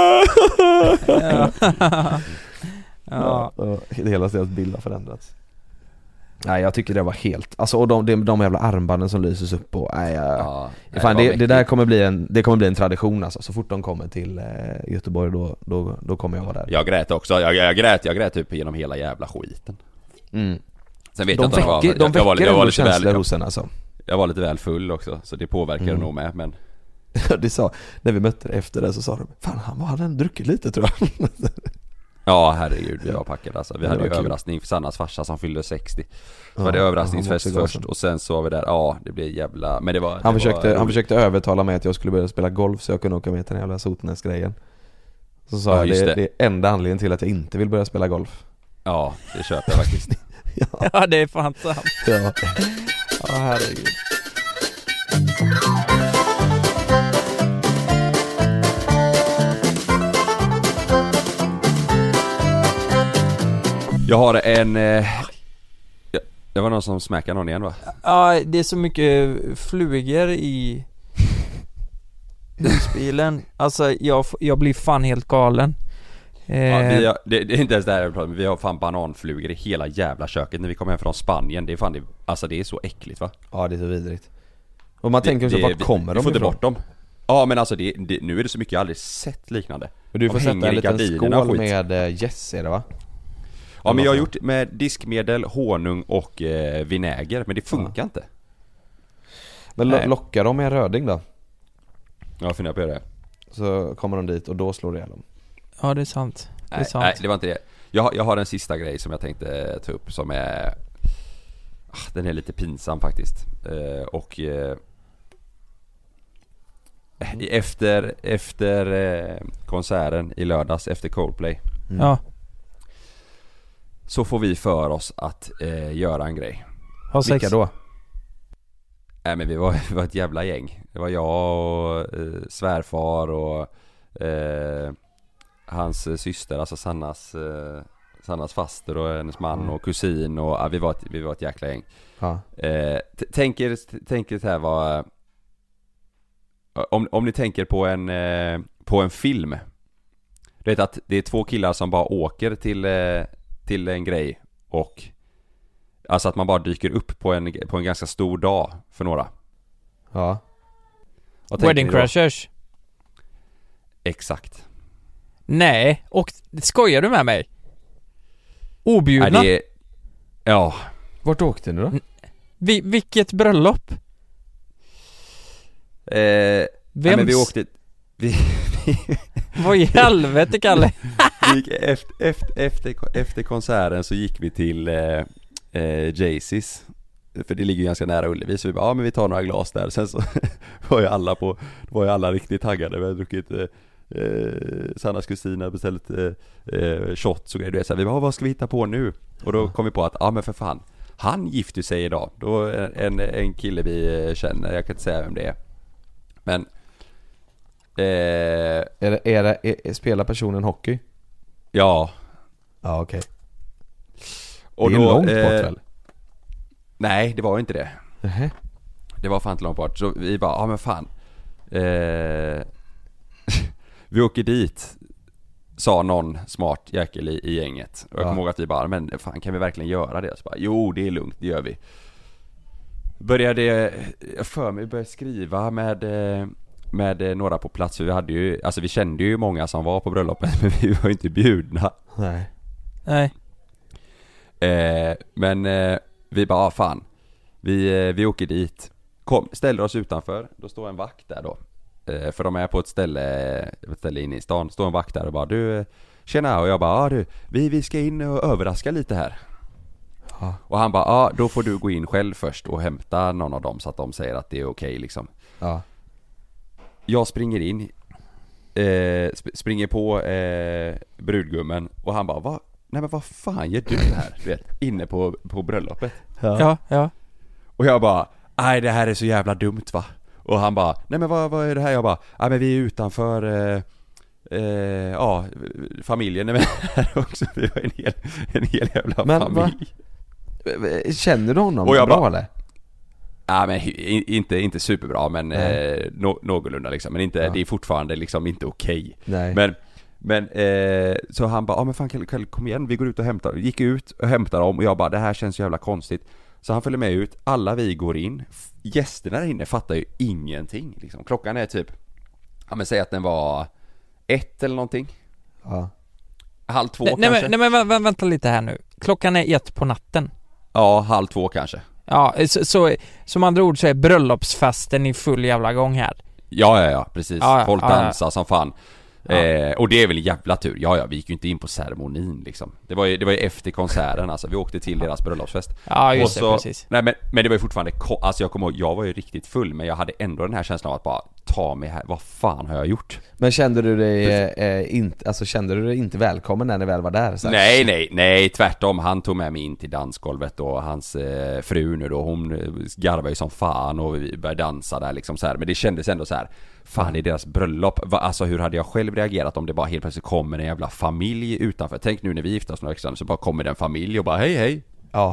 ja. Ja. Ja, hela deras bild har förändrats. Nej, jag tycker det var helt, alltså, och de, de, de jävla armbanden som lyses upp och, nej, jag, ja, nej, fan, det, det där kommer bli en, det kommer bli en tradition alltså. Så fort de kommer till eh, Göteborg då, då, då kommer jag vara där. Jag grät också, jag, jag grät, jag grät typ genom hela jävla skiten. Mm. Sen vet de jag väcker, var, de jag, väcker jag var, jag var lite känslor väl, hos en alltså. Jag var lite väl full också, så det påverkar mm. nog med, men det sa, när vi mötte det efter det så sa de, fan han hade druckit lite tror jag. Ja, herregud, vi var packade alltså. Vi ja, hade ju kul. överraskning för Sannas farsa som fyllde sextio. Så ja, var det överraskningsfest först och sen så var vi där, ja det blev jävla, men det var Han, det försökte, var han försökte övertala mig att jag skulle börja spela golf så jag kunde åka med till den jävla Sotnäs-grejen. Så sa ja, jag, det, det. det är enda anledningen till att jag inte vill börja spela golf. Ja, det köper jag faktiskt. ja. ja, det är fan sant. Ja, ja herregud. Jag har en eh, det var någon som smäckade någon igen va? Ja, det är så mycket flugor i husbilen. Alltså jag, jag blir fan helt galen. eh, ja, vi har, det, det är inte ens det här jag pratar om. Vi har fan bananflugor i hela jävla köket när vi kommer hem från Spanien. Det är fan det, alltså det är så äckligt va? Ja, det är så vidrigt. Och man det, tänker så, det, vart kommer vi, de vi får ifrån? inte bort dem. Ja men alltså det, det, nu är det så mycket jag aldrig sett liknande. Men du får de sätta en liten skål skit. med äh, yes är det va? Ja men jag har gjort med diskmedel, honung och eh, vinäger, men det funkar ja. inte. Men lo- lockar de med en röding då? Ja, jag funderar på det. Så kommer de dit och då slår det ihjäl dem. Ja, det är sant. Det är nej, sant. nej, det var inte det. Jag har, jag har en sista grej som jag tänkte ta upp som är ah, den är lite pinsam faktiskt. Eh, och eh, efter efter eh, konserten i lördags efter Coldplay. Mm. Ja. Så får vi för oss att eh, göra en grej. Ha sex. Vilka då? Nej men vi var, vi var ett jävla gäng. Det var jag och eh, svärfar och eh, hans syster, alltså Sannas eh, Sannas faster och hennes man mm. och kusin och ja, vi var ett, vi var ett jäkla gäng. Ja. Eh, t- tänker tänker så här vad om om ni tänker på en eh, på en film. Du vet att det är två killar som bara åker till eh, till en grej och alltså att man bara dyker upp på en på en ganska stor dag för några. Ja. Wedding Crashers. Exakt. Nej, och skojar du med mig? Objudna? Nej, det är... Ja. Vart åkte ni då? Vi, vilket bröllop? Eh, Vems? Nej, men vi åkte... Vi, vad i helvete, Kalle? vi gick efter, efter, efter, efter konserten så gick vi till eh, eh, Jaycees. För det ligger ju ganska nära Ullevi. Så vi bara, ja men vi tar några glas där. Sen så var ju alla på var ju alla riktigt taggade. Vi hade druckit eh, eh, Sannas kusina beställt eh, eh, shots och grejer. Du så här, vi bara, vad ska vi hitta på nu? Och då kom vi på att, ja men för fan, han gifter sig idag. Då en, en kille vi känner, jag kan inte säga vem det är. Men eh, är det, är det, är, spelar personen hockey? Ja. Ja, okej. Och det är då, långt eh, bort väl? Nej, det var ju inte det. Nähä. Det var fan inte långt bort. Så vi bara, ja men fan. Eh, vi åker dit, sa någon smart jäkel i, i gänget. Och jag Ja. kommer ihåg att vi bara, men fan kan vi verkligen göra det? Så bara, jo det är lugnt, det gör vi. Började, jag för mig började skriva med, med några på plats. För vi hade ju, alltså vi kände ju många som var på bröllopet, men vi var ju inte bjudna. Nej. Nej. Eh, men eh, vi bara, ah, fan. Vi, eh, vi åker dit. Kom, ställer oss utanför. Då står en vakt där då. Eh, för de är på ett ställe, ett ställe inne i stan. Står en vakt där och bara, du, eh, tjena. Och jag bara, ja ah, du, vi, vi ska in och överraska lite här. Ja. Och han bara, ja ah, då får du gå in själv först och hämta någon av dem så att de säger att det är okej liksom. Ja. Jag springer in, eh, sp- springer på eh, brudgummen och han bara, va? Nej men vad fan gör du här? Du vet, inne på, på bröllopet. Ja, ja. Och jag bara, nej det här är så jävla dumt va? Och han bara, nej men vad, vad är det här? Jag bara, nej men vi är utanför, eh, eh, ja, familjen är med här också. Vi var en hel, en hel jävla Men, familj. Känner du honom Och jag bra bara- eller? Ja men i- inte, inte superbra men Nej. eh, nå- någorlunda liksom. Men inte, Ja. det är fortfarande liksom inte okej. Nej. Men, men eh, så han bara, ja men fan Kalle, Kalle, kom igen, vi går ut och hämtar. Gick ut och hämtade dem och jag bara, det här känns så jävla konstigt. Så han följer med ut, alla vi går in. F- Gästerna där inne fattar ju ingenting liksom. Klockan är typ, ja men säg att den var ett eller någonting. Ja. Halv två Nej, nej, kanske. men, nej men vä- vä- vänta lite här nu. Klockan är ett på natten. Ja, halv två kanske. Ja, så, så som andra ord så är bröllopsfesten i full jävla gång här. Ja, ja, ja, precis. Ja, ja, Folk ja, ja. dansar som fan. Ja. Eh, och det är väl en jävla tur. Ja, ja, vi gick ju inte in på ceremonin liksom. Det var ju, det var ju efter konserten alltså. Vi åkte till deras bröllopsfest. Ja, just och så, det, precis. Nej, men, men det var ju fortfarande ko- alltså jag kommer ihåg, jag var ju riktigt full. Men jag hade ändå den här känslan av att bara ta mig här. Vad fan har jag gjort? Men kände du dig eh, inte, alltså kände du dig inte välkommen när ni väl var där? Så här? Nej, nej, nej, tvärtom. Han tog med mig in till dansgolvet och hans eh, fru nu då, hon eh, garvade ju som fan och vi började dansa där liksom så här. Men det kändes ändå så här, fan, det är deras bröllop. Va, alltså hur hade jag själv reagerat om det bara helt plötsligt kommer en jävla familj utanför? Tänk nu när vi gifter oss några veckor sedan så bara kommer det en familj och bara hej hej. Ja.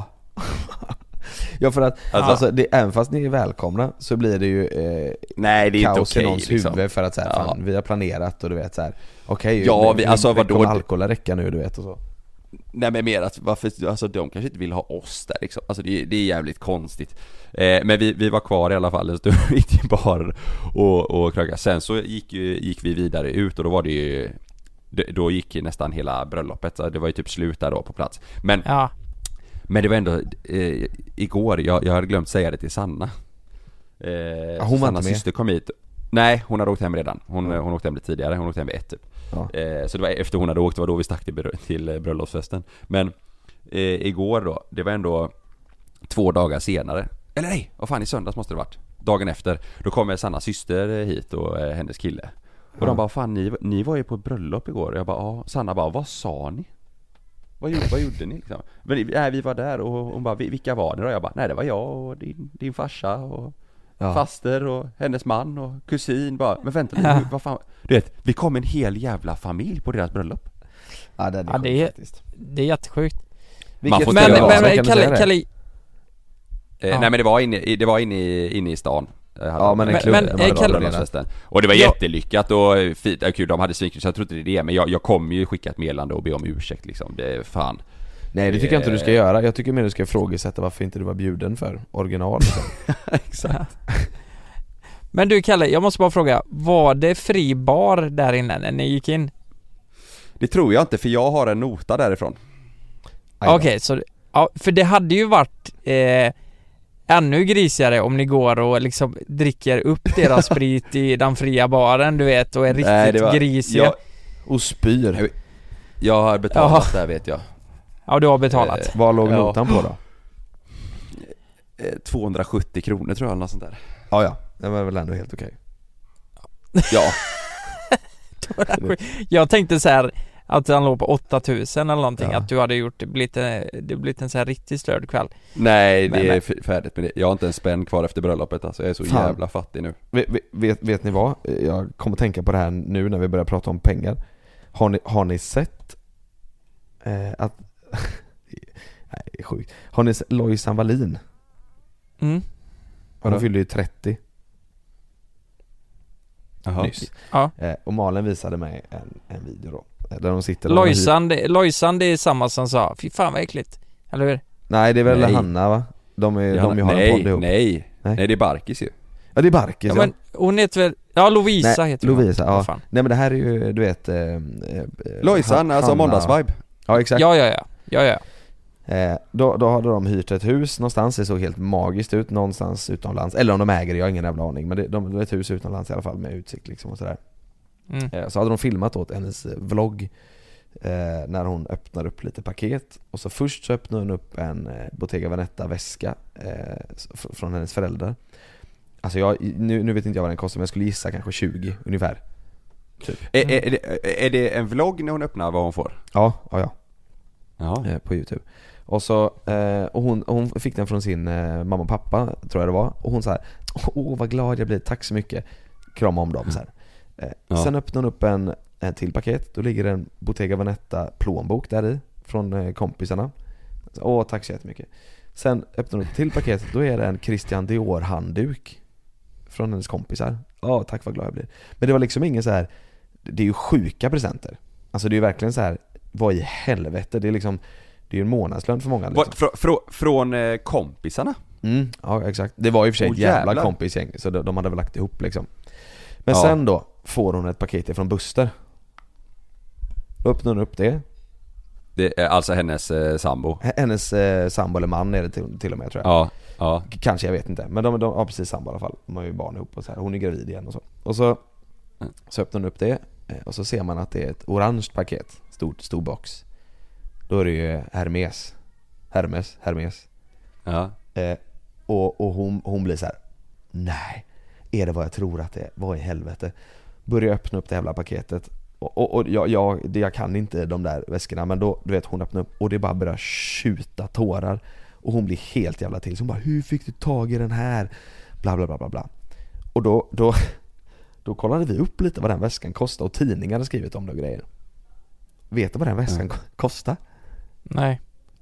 Ja, för att Alltså- alltså, det, även fast ni är välkomna så blir det ju eh, Nej, det är inte kaos okej i någons liksom. huvud för att så här, Ja. fan, vi har planerat och du vet så här. Okej, Ja, men- vi- alltså, men vadå? kommer alkohol räcka nu du vet och så. Nej men mer att varför, alltså de kanske inte vill ha oss där liksom. Alltså det, det är jävligt konstigt. eh, Men vi, vi var kvar i alla fall. Så då gick det bara och, och kröka. Sen så gick, ju- gick vi vidare ut och då var det ju det- då gick ju nästan hela bröllopet. Så det var ju typ slut där då på plats. Men, Ja. men det var ändå eh, igår, jag, jag hade glömt säga det till Sanna. eh, Ja, hon var Sannas inte med. syster kom hit. Nej, hon hade åkt hem redan. Hon, Ja. hon åkte hem lite tidigare. Hon åkte hem vid ett typ. Ja. Eh, så det var efter hon hade åkt, det var då vi stack till, brö- till eh, bröllopsfesten. Men eh, igår då, det var ändå två dagar senare. Eller nej, vad fan, i söndags måste det varit. Dagen efter, då kommer Sannas syster hit och eh, hennes kille. Och Ja. de bara, fan ni, ni var ju på ett bröllop igår. Och jag bara, ja. Sanna bara, vad sa ni? Vad gjorde, vad gjorde ni liksom? Men, nej, vi var där och hon bara, vilka var ni då? Jag bara, nej det var jag och din, din farsa och Ja. faster och hennes man och kusin bara, men vänta Ja. nu, vad fan. Du vet, vi kom en hel jävla familj på deras bröllop. Ja, det är, Ja, det är- faktiskt. Det är jättesjukt. Man får Men, ställa men, av, men, så kan du säga Kalle, det. Kalle, Eh, Ja. Nej men det var inne, i- det var inne i, inne i stan. Eh, hade Ja, de- men en Men- klubb. men, de eh, hade Kalle- bröllopsfesten. Och det var Ja. jättelyckat och eh, fint, ja, kul, de hade svinkigt så jag trodde det är det. Men jag, jag kommer ju skicka ett meddelande och be om ursäkt liksom. Det är fan. Nej, det tycker jag inte du ska Eh. göra. Jag tycker mer du ska ifrågasätta varför inte du var bjuden för original liksom. Exakt. men du Kalle, jag måste bara fråga, var det fri bar där inne när ni gick in? Det tror jag inte för jag har en nota därifrån. Aj då. Okej, så ja, för det hade ju varit eh, ännu grisigare om ni går och liksom dricker upp deras sprit i den fria baren, du vet, och är riktigt Nej, det var- grisiga. jag- Och spyr. Jag har betalat Jaha. där vet jag. Ja, du har betalat. Eh, Vad låg Ja. notan på då? Eh, tvåhundrasjuttio kronor tror jag eller något sånt där. Ja, ja. Det var väl ändå helt okej. Ja. Jag tänkte så här att han låg på åttatusen eller någonting, Ja. att du hade gjort blivit en, det blivit en så här riktigt störd kväll. Nej, det Men- är men- f- färdigt med det. Jag har inte en spänn kvar efter bröllopet alltså. Jag är så Fan. jävla fattig nu. Vet, vet, vet ni vad? Jag kommer att tänka på det här nu när vi börjar prata om pengar. Har ni, har ni sett eh, att Nej, det är sjukt. Har ni sett Lojsan Wallin? Mm. Hon ja. fyllde ju trettio. Jaha. Nyss. Ja. Eh, och Malen visade mig en, en video då. Där de sitter... Lojsan, det, Lojsan det är samma som sa, fy fan vad äckligt. Eller hur? Nej, det är väl Nej. Hanna va? De, är, de har nej, en podd ihop. nej, nej, nej, det är Barkis ju. Ja, det är Barkis. Ja, men hon heter väl, ja Lovisa Nej, heter Lovisa, hon. ja. Fan. Nej men det här är ju, du vet... Eh, eh, Lojsan, alltså Hanna- måndagsvibe. Ja, exakt. Ja, ja, ja. Ja, ja. Eh, då, då hade de hyrt ett hus någonstans, det såg helt magiskt ut, någonstans utomlands. Eller om de äger det, jag har ingen jävla aning. Men det, de, det är ett hus utomlands i alla fall med utsikt liksom och sådär. Mm. Eh, så hade de filmat åt hennes eh, vlogg eh, när hon öppnar upp lite paket. Och så först så öppnar hon upp en eh, Bottega Veneta väska eh, f- från hennes föräldrar. Alltså jag, nu, nu vet inte jag vad den kostar, men jag skulle gissa kanske tjugo ungefär. Typ. Är, är, är, det, är det en vlogg när hon öppnar vad hon får? Ja, ja, ja. Ja. Eh, på YouTube. Och så eh, och hon, hon fick den från sin eh, mamma och pappa, tror jag det var. Och hon sa: åh vad glad jag blir, tack så mycket. Krama om dem så här. Eh, Ja. Sen öppnar hon upp en, en till paket. Då ligger en Bottega Veneta plånbok där i från eh, kompisarna. Så, åh tack så jättemycket. Sen öppnar hon upp ett till paket. Då är det en Christian Dior handduk från hennes kompisar. Åh tack vad glad jag blir. Men det var liksom ingen så här. Det är ju sjuka presenter. Alltså det är ju verkligen så här. Vad i helvete, det är liksom, det är ju en månadslön för många liksom. Vad, frå, frå, från eh, kompisarna? Mm, ja exakt. Det var ju för sig Åh, ett jävla jävlar. kompisgäng, så de, de hade väl lagt ihop liksom. Men Ja. sen då får hon ett paket från Buster. Då öppnar hon upp det. Det är alltså hennes eh, sambo. H- Hennes eh, sambo eller man är det till, till och med tror jag. Ja, ja. K- Kanske, jag vet inte. Men de, de har precis sambo i alla fall. De har ju barn ihop och så här. Hon är gravid igen och så. Och så, Mm. så öppnar hon upp det. eh, Och så ser man att det är ett orange paket. Stort, stor box. Då är det ju Hermes. Hermes, Hermes. Ja. Eh, och och hon, hon blir så här: nej, är det vad jag tror att det är? Vad i helvete? Börjar öppna upp det jävla paketet. Och, och, och jag, jag, det, jag kan inte de där väskorna. Men då, du vet, hon öppnar upp och det bara börjar skjuta tårar. Och hon blir helt jävla till. Så hon bara: hur fick du tag i den här? Bla bla bla bla bla. Och då, då, då kollade vi upp lite vad den väskan kostar. Och tidningar hade skrivit om det och grejer. Vet du vad den väskan Mm. kostar? Nej.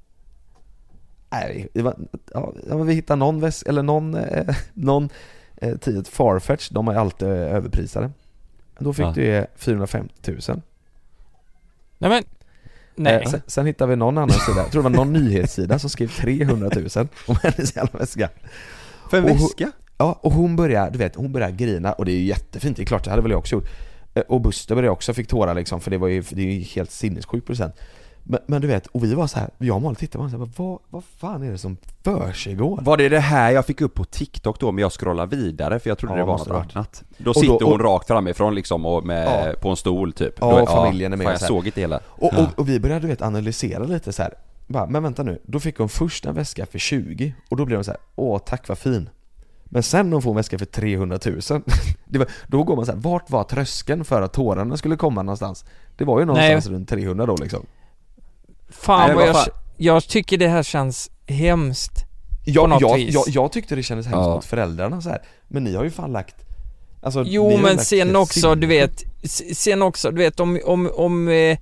Nej, det var, ja, vi hittade någon väs eller någon eh, någon eh, tid Farfetch, de är alltid överprisade. Då fick Ja. du ge fyrahundrafemtio tusen. Nej men, nej. Eh, sen, sen hittade vi någon annan sida, jag tror det var någon nyhetssida som skrev trehundratusen om hennes jävla väska. För en Och hon- väska? Ja, och hon börjar, du vet, hon börjar grina och det är ju jättefint, det är klart, det hade väl jag också gjort. Eh, Och Buster började också, fick tårar liksom, för det var ju, det är ju helt sinnessjukt procent. Men, men du vet, och vi var så här, jag och Malin tittade och var så här, vad, vad fan är det som försiggår? Var det det här jag fick upp på TikTok då, men jag scrollade vidare för jag trodde Ja, det var måste något det varit. annat. Då då- sitter hon och- rakt framifrån liksom och med, Ja. på en stol typ. Ja, Då, och familjen är med fan, så jag här. såg inte hela. Och, och, och vi började, du vet, analysera lite så här. Bara, men vänta nu, då fick hon först en väska för tjugo. Och då blev hon så här: åh tack vad fin. Men sen hon får en väska för trehundratusen. Det var, då går man så här: vart var tröskeln för att tårarna skulle komma någonstans? Det var ju någonstans runt trehundra då liksom. Fan Nej, vad vad jag, fan. jag tycker det här känns hemskt. Jag, något jag, vis. jag, jag tyckte det kändes hemskt Ja. mot föräldrarna så här. Men ni har ju fan lagt, alltså, ni Jo har men lagt sen helt också, du sinnessjukt. vet, s- sen också, du vet om, om, om eh,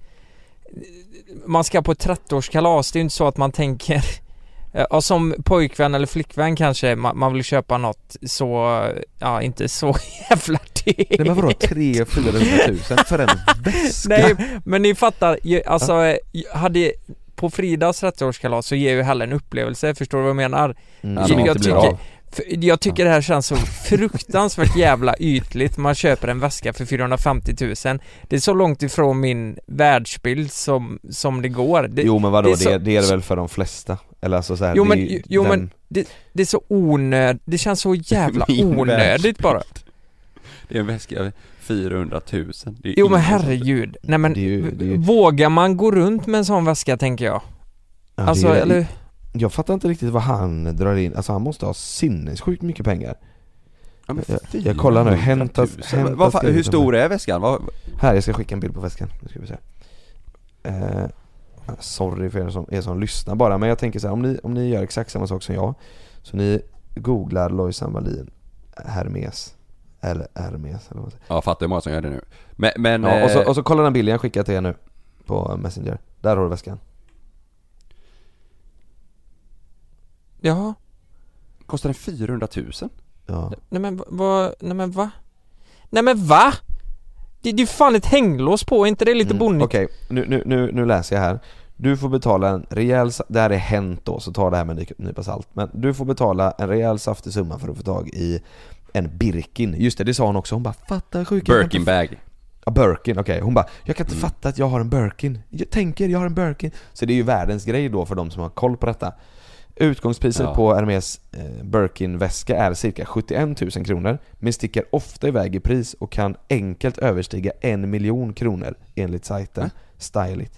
man ska på ett trettioårskalas, det är ju inte så att man tänker eh, ja, som pojkvän eller flickvän kanske, man, man vill köpa något så, ja inte så jävla dyrt. Nej men vadå, tre fyrahundratusen för en väska? Nej, men ni fattar, ju- alltså eh, hade på Fridas trettioårskalas så ger ju hellre en upplevelse, förstår du vad jag menar? Mm, Ja, Så men jag, inte blir tycker, av. för, jag tycker det här känns så fruktansvärt jävla ytligt. Man köper en väska för fyrahundrafemtio tusen. Det är så långt ifrån min världsbild som, som det går. Det, Jo men vadå, det det är är, så- det är det väl för de flesta? Eller alltså så här, Jo det men, är ju jo, den- men det, det är så onödigt. Det känns så jävla Min onödigt bara. Det är en väska fyrahundratusen. Det är Jo men ingen som- herregud. Nej men Det är ju- det är ju- vågar man gå runt med en sån väska, tänker jag? Ja, Alltså det är- eller Jag fattar inte riktigt vad han drar in. Alltså han måste ha sinnessjukt mycket pengar. Ja, men Jag- jag kollar nu, hämtas- fyrahundratusen. hämtas Vad fan, det hur liksom. stor är väskan? Vad, Här, jag ska skicka en bild på väskan. Nu ska vi se. Eh, sorry för er som, er som lyssnar bara. Men jag tänker så här, om ni, om ni gör exakt samma sak som jag. Så ni googlar Lojsan Wallin Hermes. Eller Hermes eller vad man säger. ja, fattar hur många som gör det nu. Men, men Ja, och, så, eh, och så kolla den bilden jag skickar till er nu. På Messenger. Där har du väskan. Jaha. Kostar den fyrahundratusen? Ja. Nej men vad, nej men va? Nej men va? Det, det är ju fan ett hänglås på, är inte det lite Mm, bonnigt? Okej, nu, nu, nu, nu läser jag här. Du får betala en rejäl, sa- det här är hänt då, så ta det här med en nypa salt. Men du får betala en rejäl saftig summa för att få tag i en Birkin. Just det, det sa hon också. Hon bara, fatta sjuka. Birkin bag. Ja, Birkin, okej. Hon bara, jag kan inte Mm. fatta att jag har en Birkin. Jag tänker, jag har en Birkin. Så det är ju världens grej då för de som har koll på detta. Utgångspriset Ja. på Hermès eh, Birkin-väska är cirka sjuttioen tusen kronor, men sticker ofta iväg i pris och kan enkelt överstiga en miljon kronor enligt sajten Äh? Stylit.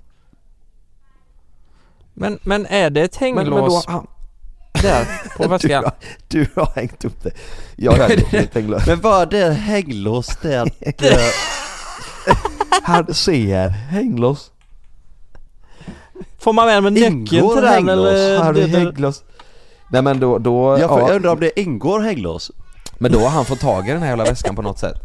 Men, men är det ett Men, men då, hänglås han, där på du, väskan? har, du har hängt upp det. Jag har hängt upp ett hänglås. Men vad är det hänglås där? Här ser hänglås. Får man med en nyckeln Ingår till den hänglås? eller? Här är det- det- hänglås. Nej men då, då Jag, får, ja, jag undrar om det ingår hänglås. men då har han fått tag i den här jävla väskan på något sätt.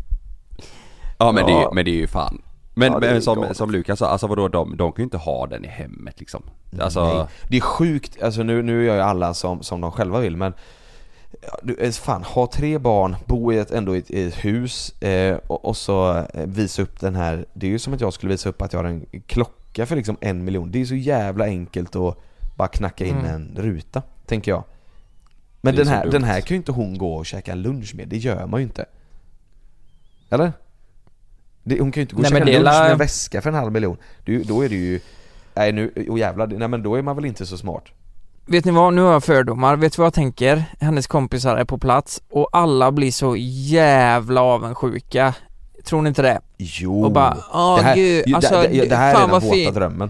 Ja men, Det, är, Ja. ju- men det är ju fan. Men, Ja, det är men som, galet. som Lukas sa, alltså vadå, de, de kan ju inte ha den i hemmet liksom. Alltså, Nej, det är sjukt, alltså nu, nu gör ju alla som, som de själva vill, men ja, du, eh, fan, ha tre barn, bo i ett, ändå i ett, i ett hus eh, och, och så eh, visa upp den här. Det är ju som att jag skulle visa upp att jag har en klocka för liksom en miljon. Det är så jävla enkelt att bara knacka in Mm. en ruta, tänker jag. Men Det är den så här, dumt. den här kan ju inte hon gå och käka lunch med. Det gör man ju inte. Eller? Det, hon kan ju inte gå och Nej, käka men det är lunch la- med en väska för en halv miljon. Det, då är det ju... Nej nu, oh jävlar, nej men då är man väl inte så smart. Vet ni vad, nu har jag fördomar. Vet du vad jag tänker? Hennes kompisar är på plats och alla blir så jävla avundsjuka. Tror ni inte det? Jo. Och bara, åh det här, gud, ju- alltså, det, det, det här fan är den vad våta fint. drömmen.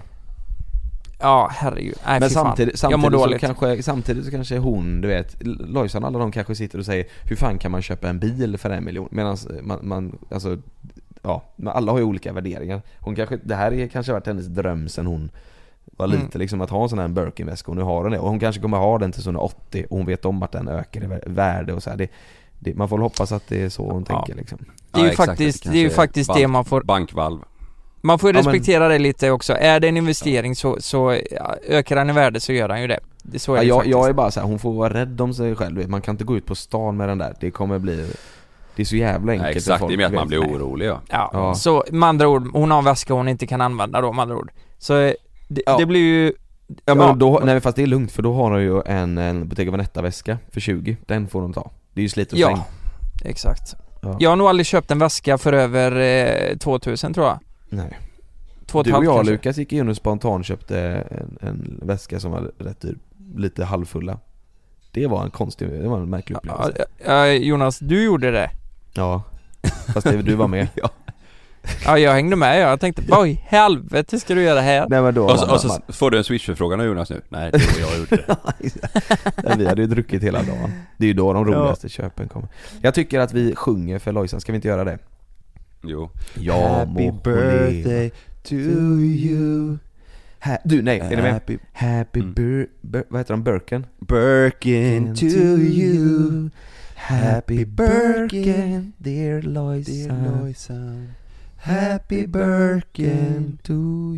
Ja, herregud. Nej, Men fy fan. samtidigt, jag mår samtidigt, så dåligt. kanske, samtidigt så kanske hon, du vet, Lojsan, alla de kanske sitter och säger, hur fan kan man köpa en bil för en miljon? Medan man, man, alltså, ja, men alla har ju olika värderingar. Hon kanske, det här är kanske varit hennes dröm sen hon var Mm. lite, liksom att ha en sån här Birkin-väska, och nu har hon det. Och hon kanske kommer ha den till sån åttio, och hon vet om att den ökar i vär- värde och så här. Det, det, man får väl hoppas att det är så hon Ja. tänker liksom. Det är ju Ja, exakt, faktiskt, det det är ju kanske är faktiskt bank- det man får, bankvalv. man får ju Ja, men- respektera det lite också. Är det en investering så, så ja, ökar den i värde så gör han ju det. Det så är Ja, det jag, faktiskt. jag är bara så här, hon får vara rädd om sig själv, vet. Man kan inte gå ut på stan med den där. Det kommer bli, det är så jävla enkelt. Nej, för exakt, folk, det är med att vet. man blir Nej. orolig ja. Ja, Ja. så med andra ord, hon har en väska hon inte kan använda då med andra ord. Så eh, det, Ja. det blir ju... Ja men Ja. då, nej fast det är lugnt, för då har hon ju en, en Bottega Veneta-väska för tjugo. Den får de ta. Det är ju slit och Ja, släng. exakt. Ja. Jag har nog aldrig köpt en väska för över eh, tvåtusen tror jag. Nej. Två och Du ett och halvt jag, kanske. Lukas, gick in och spontant köpte en, en väska som var rätt dyr, lite halvfulla. Det var en konstig, det var en märklig Ja, upplevelse. ja, Jonas, du gjorde det. Ja. Fast det, du var med. ja. Ja, jag hängde med. Jag tänkte, vad i helvete ska du göra här? Nej men då Och så, man- och så man- får du en Swish-förfrågan av Jonas nu. Nej, det var jag som gjorde det. Ja, vi hade ju druckit hela dagen. Det är ju då de roligaste köpen kommer. Jag tycker att vi sjunger för Lojsan, ska vi inte göra det? Jo. Ja, må to you. Ha- du, nej, är ni med? Happy Happy Mm. bir- bir- vad heter de? Birkin? Birkin to you. Happy Birkin, dear Lojsan. Happy Birkin to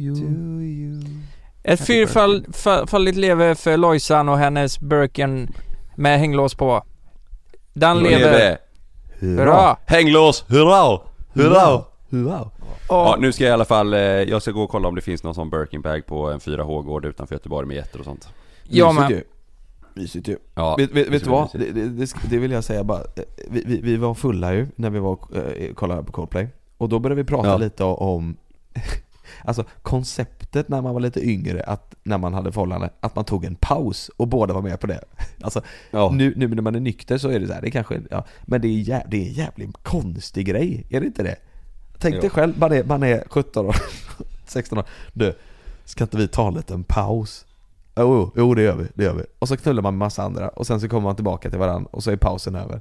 you. Ett fyrfaldigt lever för Lojsan och hennes Birkin med hänglås på. Den lever. Bra. Hänglås, hurra! Hurra! Hurra! Ja, nu ska jag i alla fall, eh, jag ska gå och kolla om det finns någon sån Birkin bag på en fyra H-gård utanför Göteborg med getter och sånt. Ja, Mysigt men ju. Mysigt ju. Ja, Vet, vet, det vet ska du bli vad? mysigt. Det, det, det, sk- det vill jag säga bara. Vi, vi, vi var fulla ju när vi var eh, kollade på Coldplay. Och då började vi prata Ja. lite om alltså konceptet när man var lite yngre, att när man hade förhållande, att man tog en paus och båda var med på det. Alltså Ja. nu, nu när man är nykter så är det så här, det kanske, ja, men det är jä, det är en jävligt konstig grej, är det inte det? Tänk dig Jo. själv, man är, man är sjutton år, sexton år. Du, ska inte vi ta en liten paus? Jo, jo det gör vi, det gör vi. Och så knullar man med massa andra och sen så kommer man tillbaka till varandra och så är pausen över.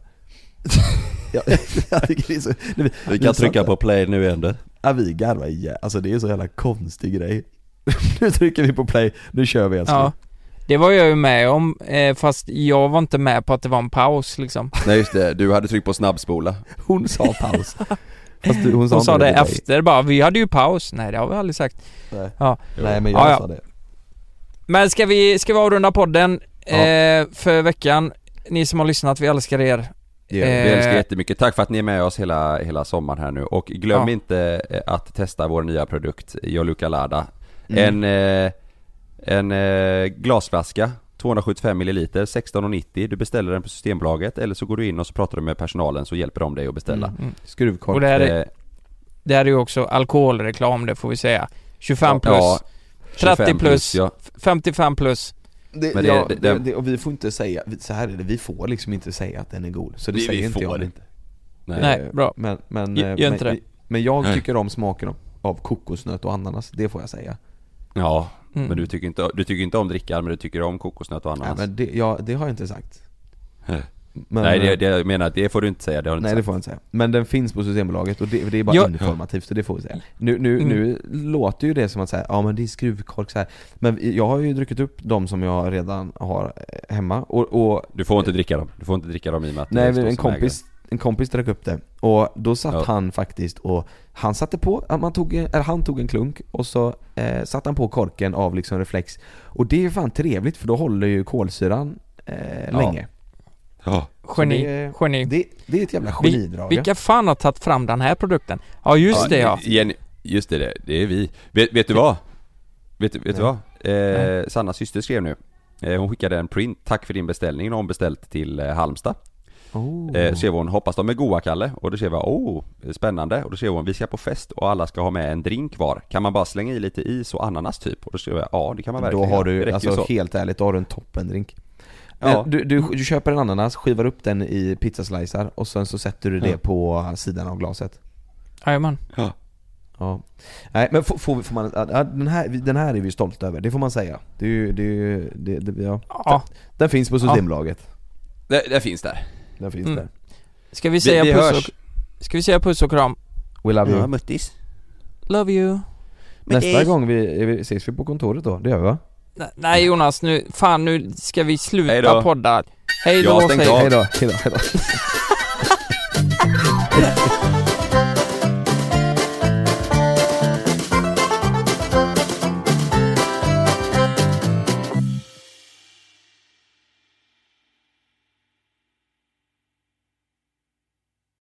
Ja, jag tycker det är så, vi, Vi kan trycka på play nu igen det. Ja, vi garvar igen. Alltså det är så jävla konstig grej. Nu trycker vi på play, nu kör vi älskling. ja, det var jag ju med om, eh, fast jag var inte med på att det var en paus liksom. Nej just det, du hade tryckt på snabbspola. Hon sa paus. Fast du, hon sa, Hon sa inte det till dig. efter bara, vi hade ju paus. Nej, det har vi aldrig sagt. Nej. Ja. Nej men jag Ja, ja. sa det. Men ska vi, ska vi avrunda podden? ja. eh, för veckan. Ni som har lyssnat, vi älskar er. Yeah. Eh, vi älskar jättemycket. Tack för att ni är med oss hela, hela sommaren här nu. Och glöm ja. inte att testa vår nya produkt, Joluka Lada. Mm. En, eh, en eh, glasflaska, tvåhundrasjuttiofem milliliter, sexton nittio. Du beställer den på Systembolaget, eller så går du in och så pratar du med personalen, så hjälper de dig att beställa. Mm. Mm. Skruvkork. Och det här är, det här är ju också alkoholreklam, det får vi säga. tjugofem plus, ja, trettio plus, ja. femtiofem plus. Det, Men det, ja, det, det, och vi får inte säga, så här är det, vi får liksom inte säga att den är god. Så det, det säger inte jag inte. Nej, Nej bra. Men, men, Gör men, inte det. men jag tycker om smaken av, av kokosnöt och ananas, det får jag säga. Ja, mm. men du tycker, inte, du tycker inte om dricka, men du tycker om kokosnöt och ananas. Nej, men det, ja, det har jag inte sagt. Men, Nej, det, det jag menar att det får du inte säga, det har du inte Nej, sagt. det får jag inte säga. Men den finns på Systembolaget och det, det är bara ja. informativt, så det får vi säga. Nu, nu, mm. nu låter ju det som att säga, ja men det är skruvkork så här. Men jag har ju druckit upp de som jag redan har hemma och, och du får inte dricka dem. Du får inte dricka dem i och med att nej, en kompis en kompis drack upp det och då satt ja. han faktiskt och han satte på att man tog eller han tog en klunk och så eh, satte han på korken av liksom reflex. Och det är fan trevligt, för då håller ju kolsyran eh, ja. länge. Ja. Geni, det, geni. Det, det är ett jävla genidrag. Vilka fan har tagit fram den här produkten? Ja, just ja, det ja. Jenny, just det, det, det är vi. Vet, vet du vad? Vet, vet du vad? Eh, Sannas syster skrev nu. Eh, hon skickade en print. Tack för din beställning. Hon beställt till eh, Halmstad. Oh. Eh, skrev hon, hoppas de är goa, Kalle. Och då skrev jag, oh, spännande. Och då skrev hon, vi ska på fest och alla ska ha med en drink var. Kan man bara slänga i lite is och ananas typ? Och då skrev jag, ja det kan man verkligen. Då har du, alltså helt ärligt, då har du en toppendrink. Ja. Du, du, du köper en ananas, skivar upp den i pizzaslicer och sen så sätter du det ja. på sidan av glaset. Jajamän. Ja. Ja. Nej, men får, får, får man, ja, den, här, den här är vi stolta över, det får man säga. Det är ju, det är ju, det, det, ja. Ja. Den, den finns på Systembolaget. Ja. Det, det finns där. Den finns mm. där. Ska vi säga vi, vi puss och, ska vi säga puss och kram? We love you. Ja, muttis. Love you. Nästa muttis. gång vi, vi ses vi på kontoret då, det gör vi va? Nej Jonas, nu fan nu ska vi sluta podda. Hej då, hej då. Hej då, hej då.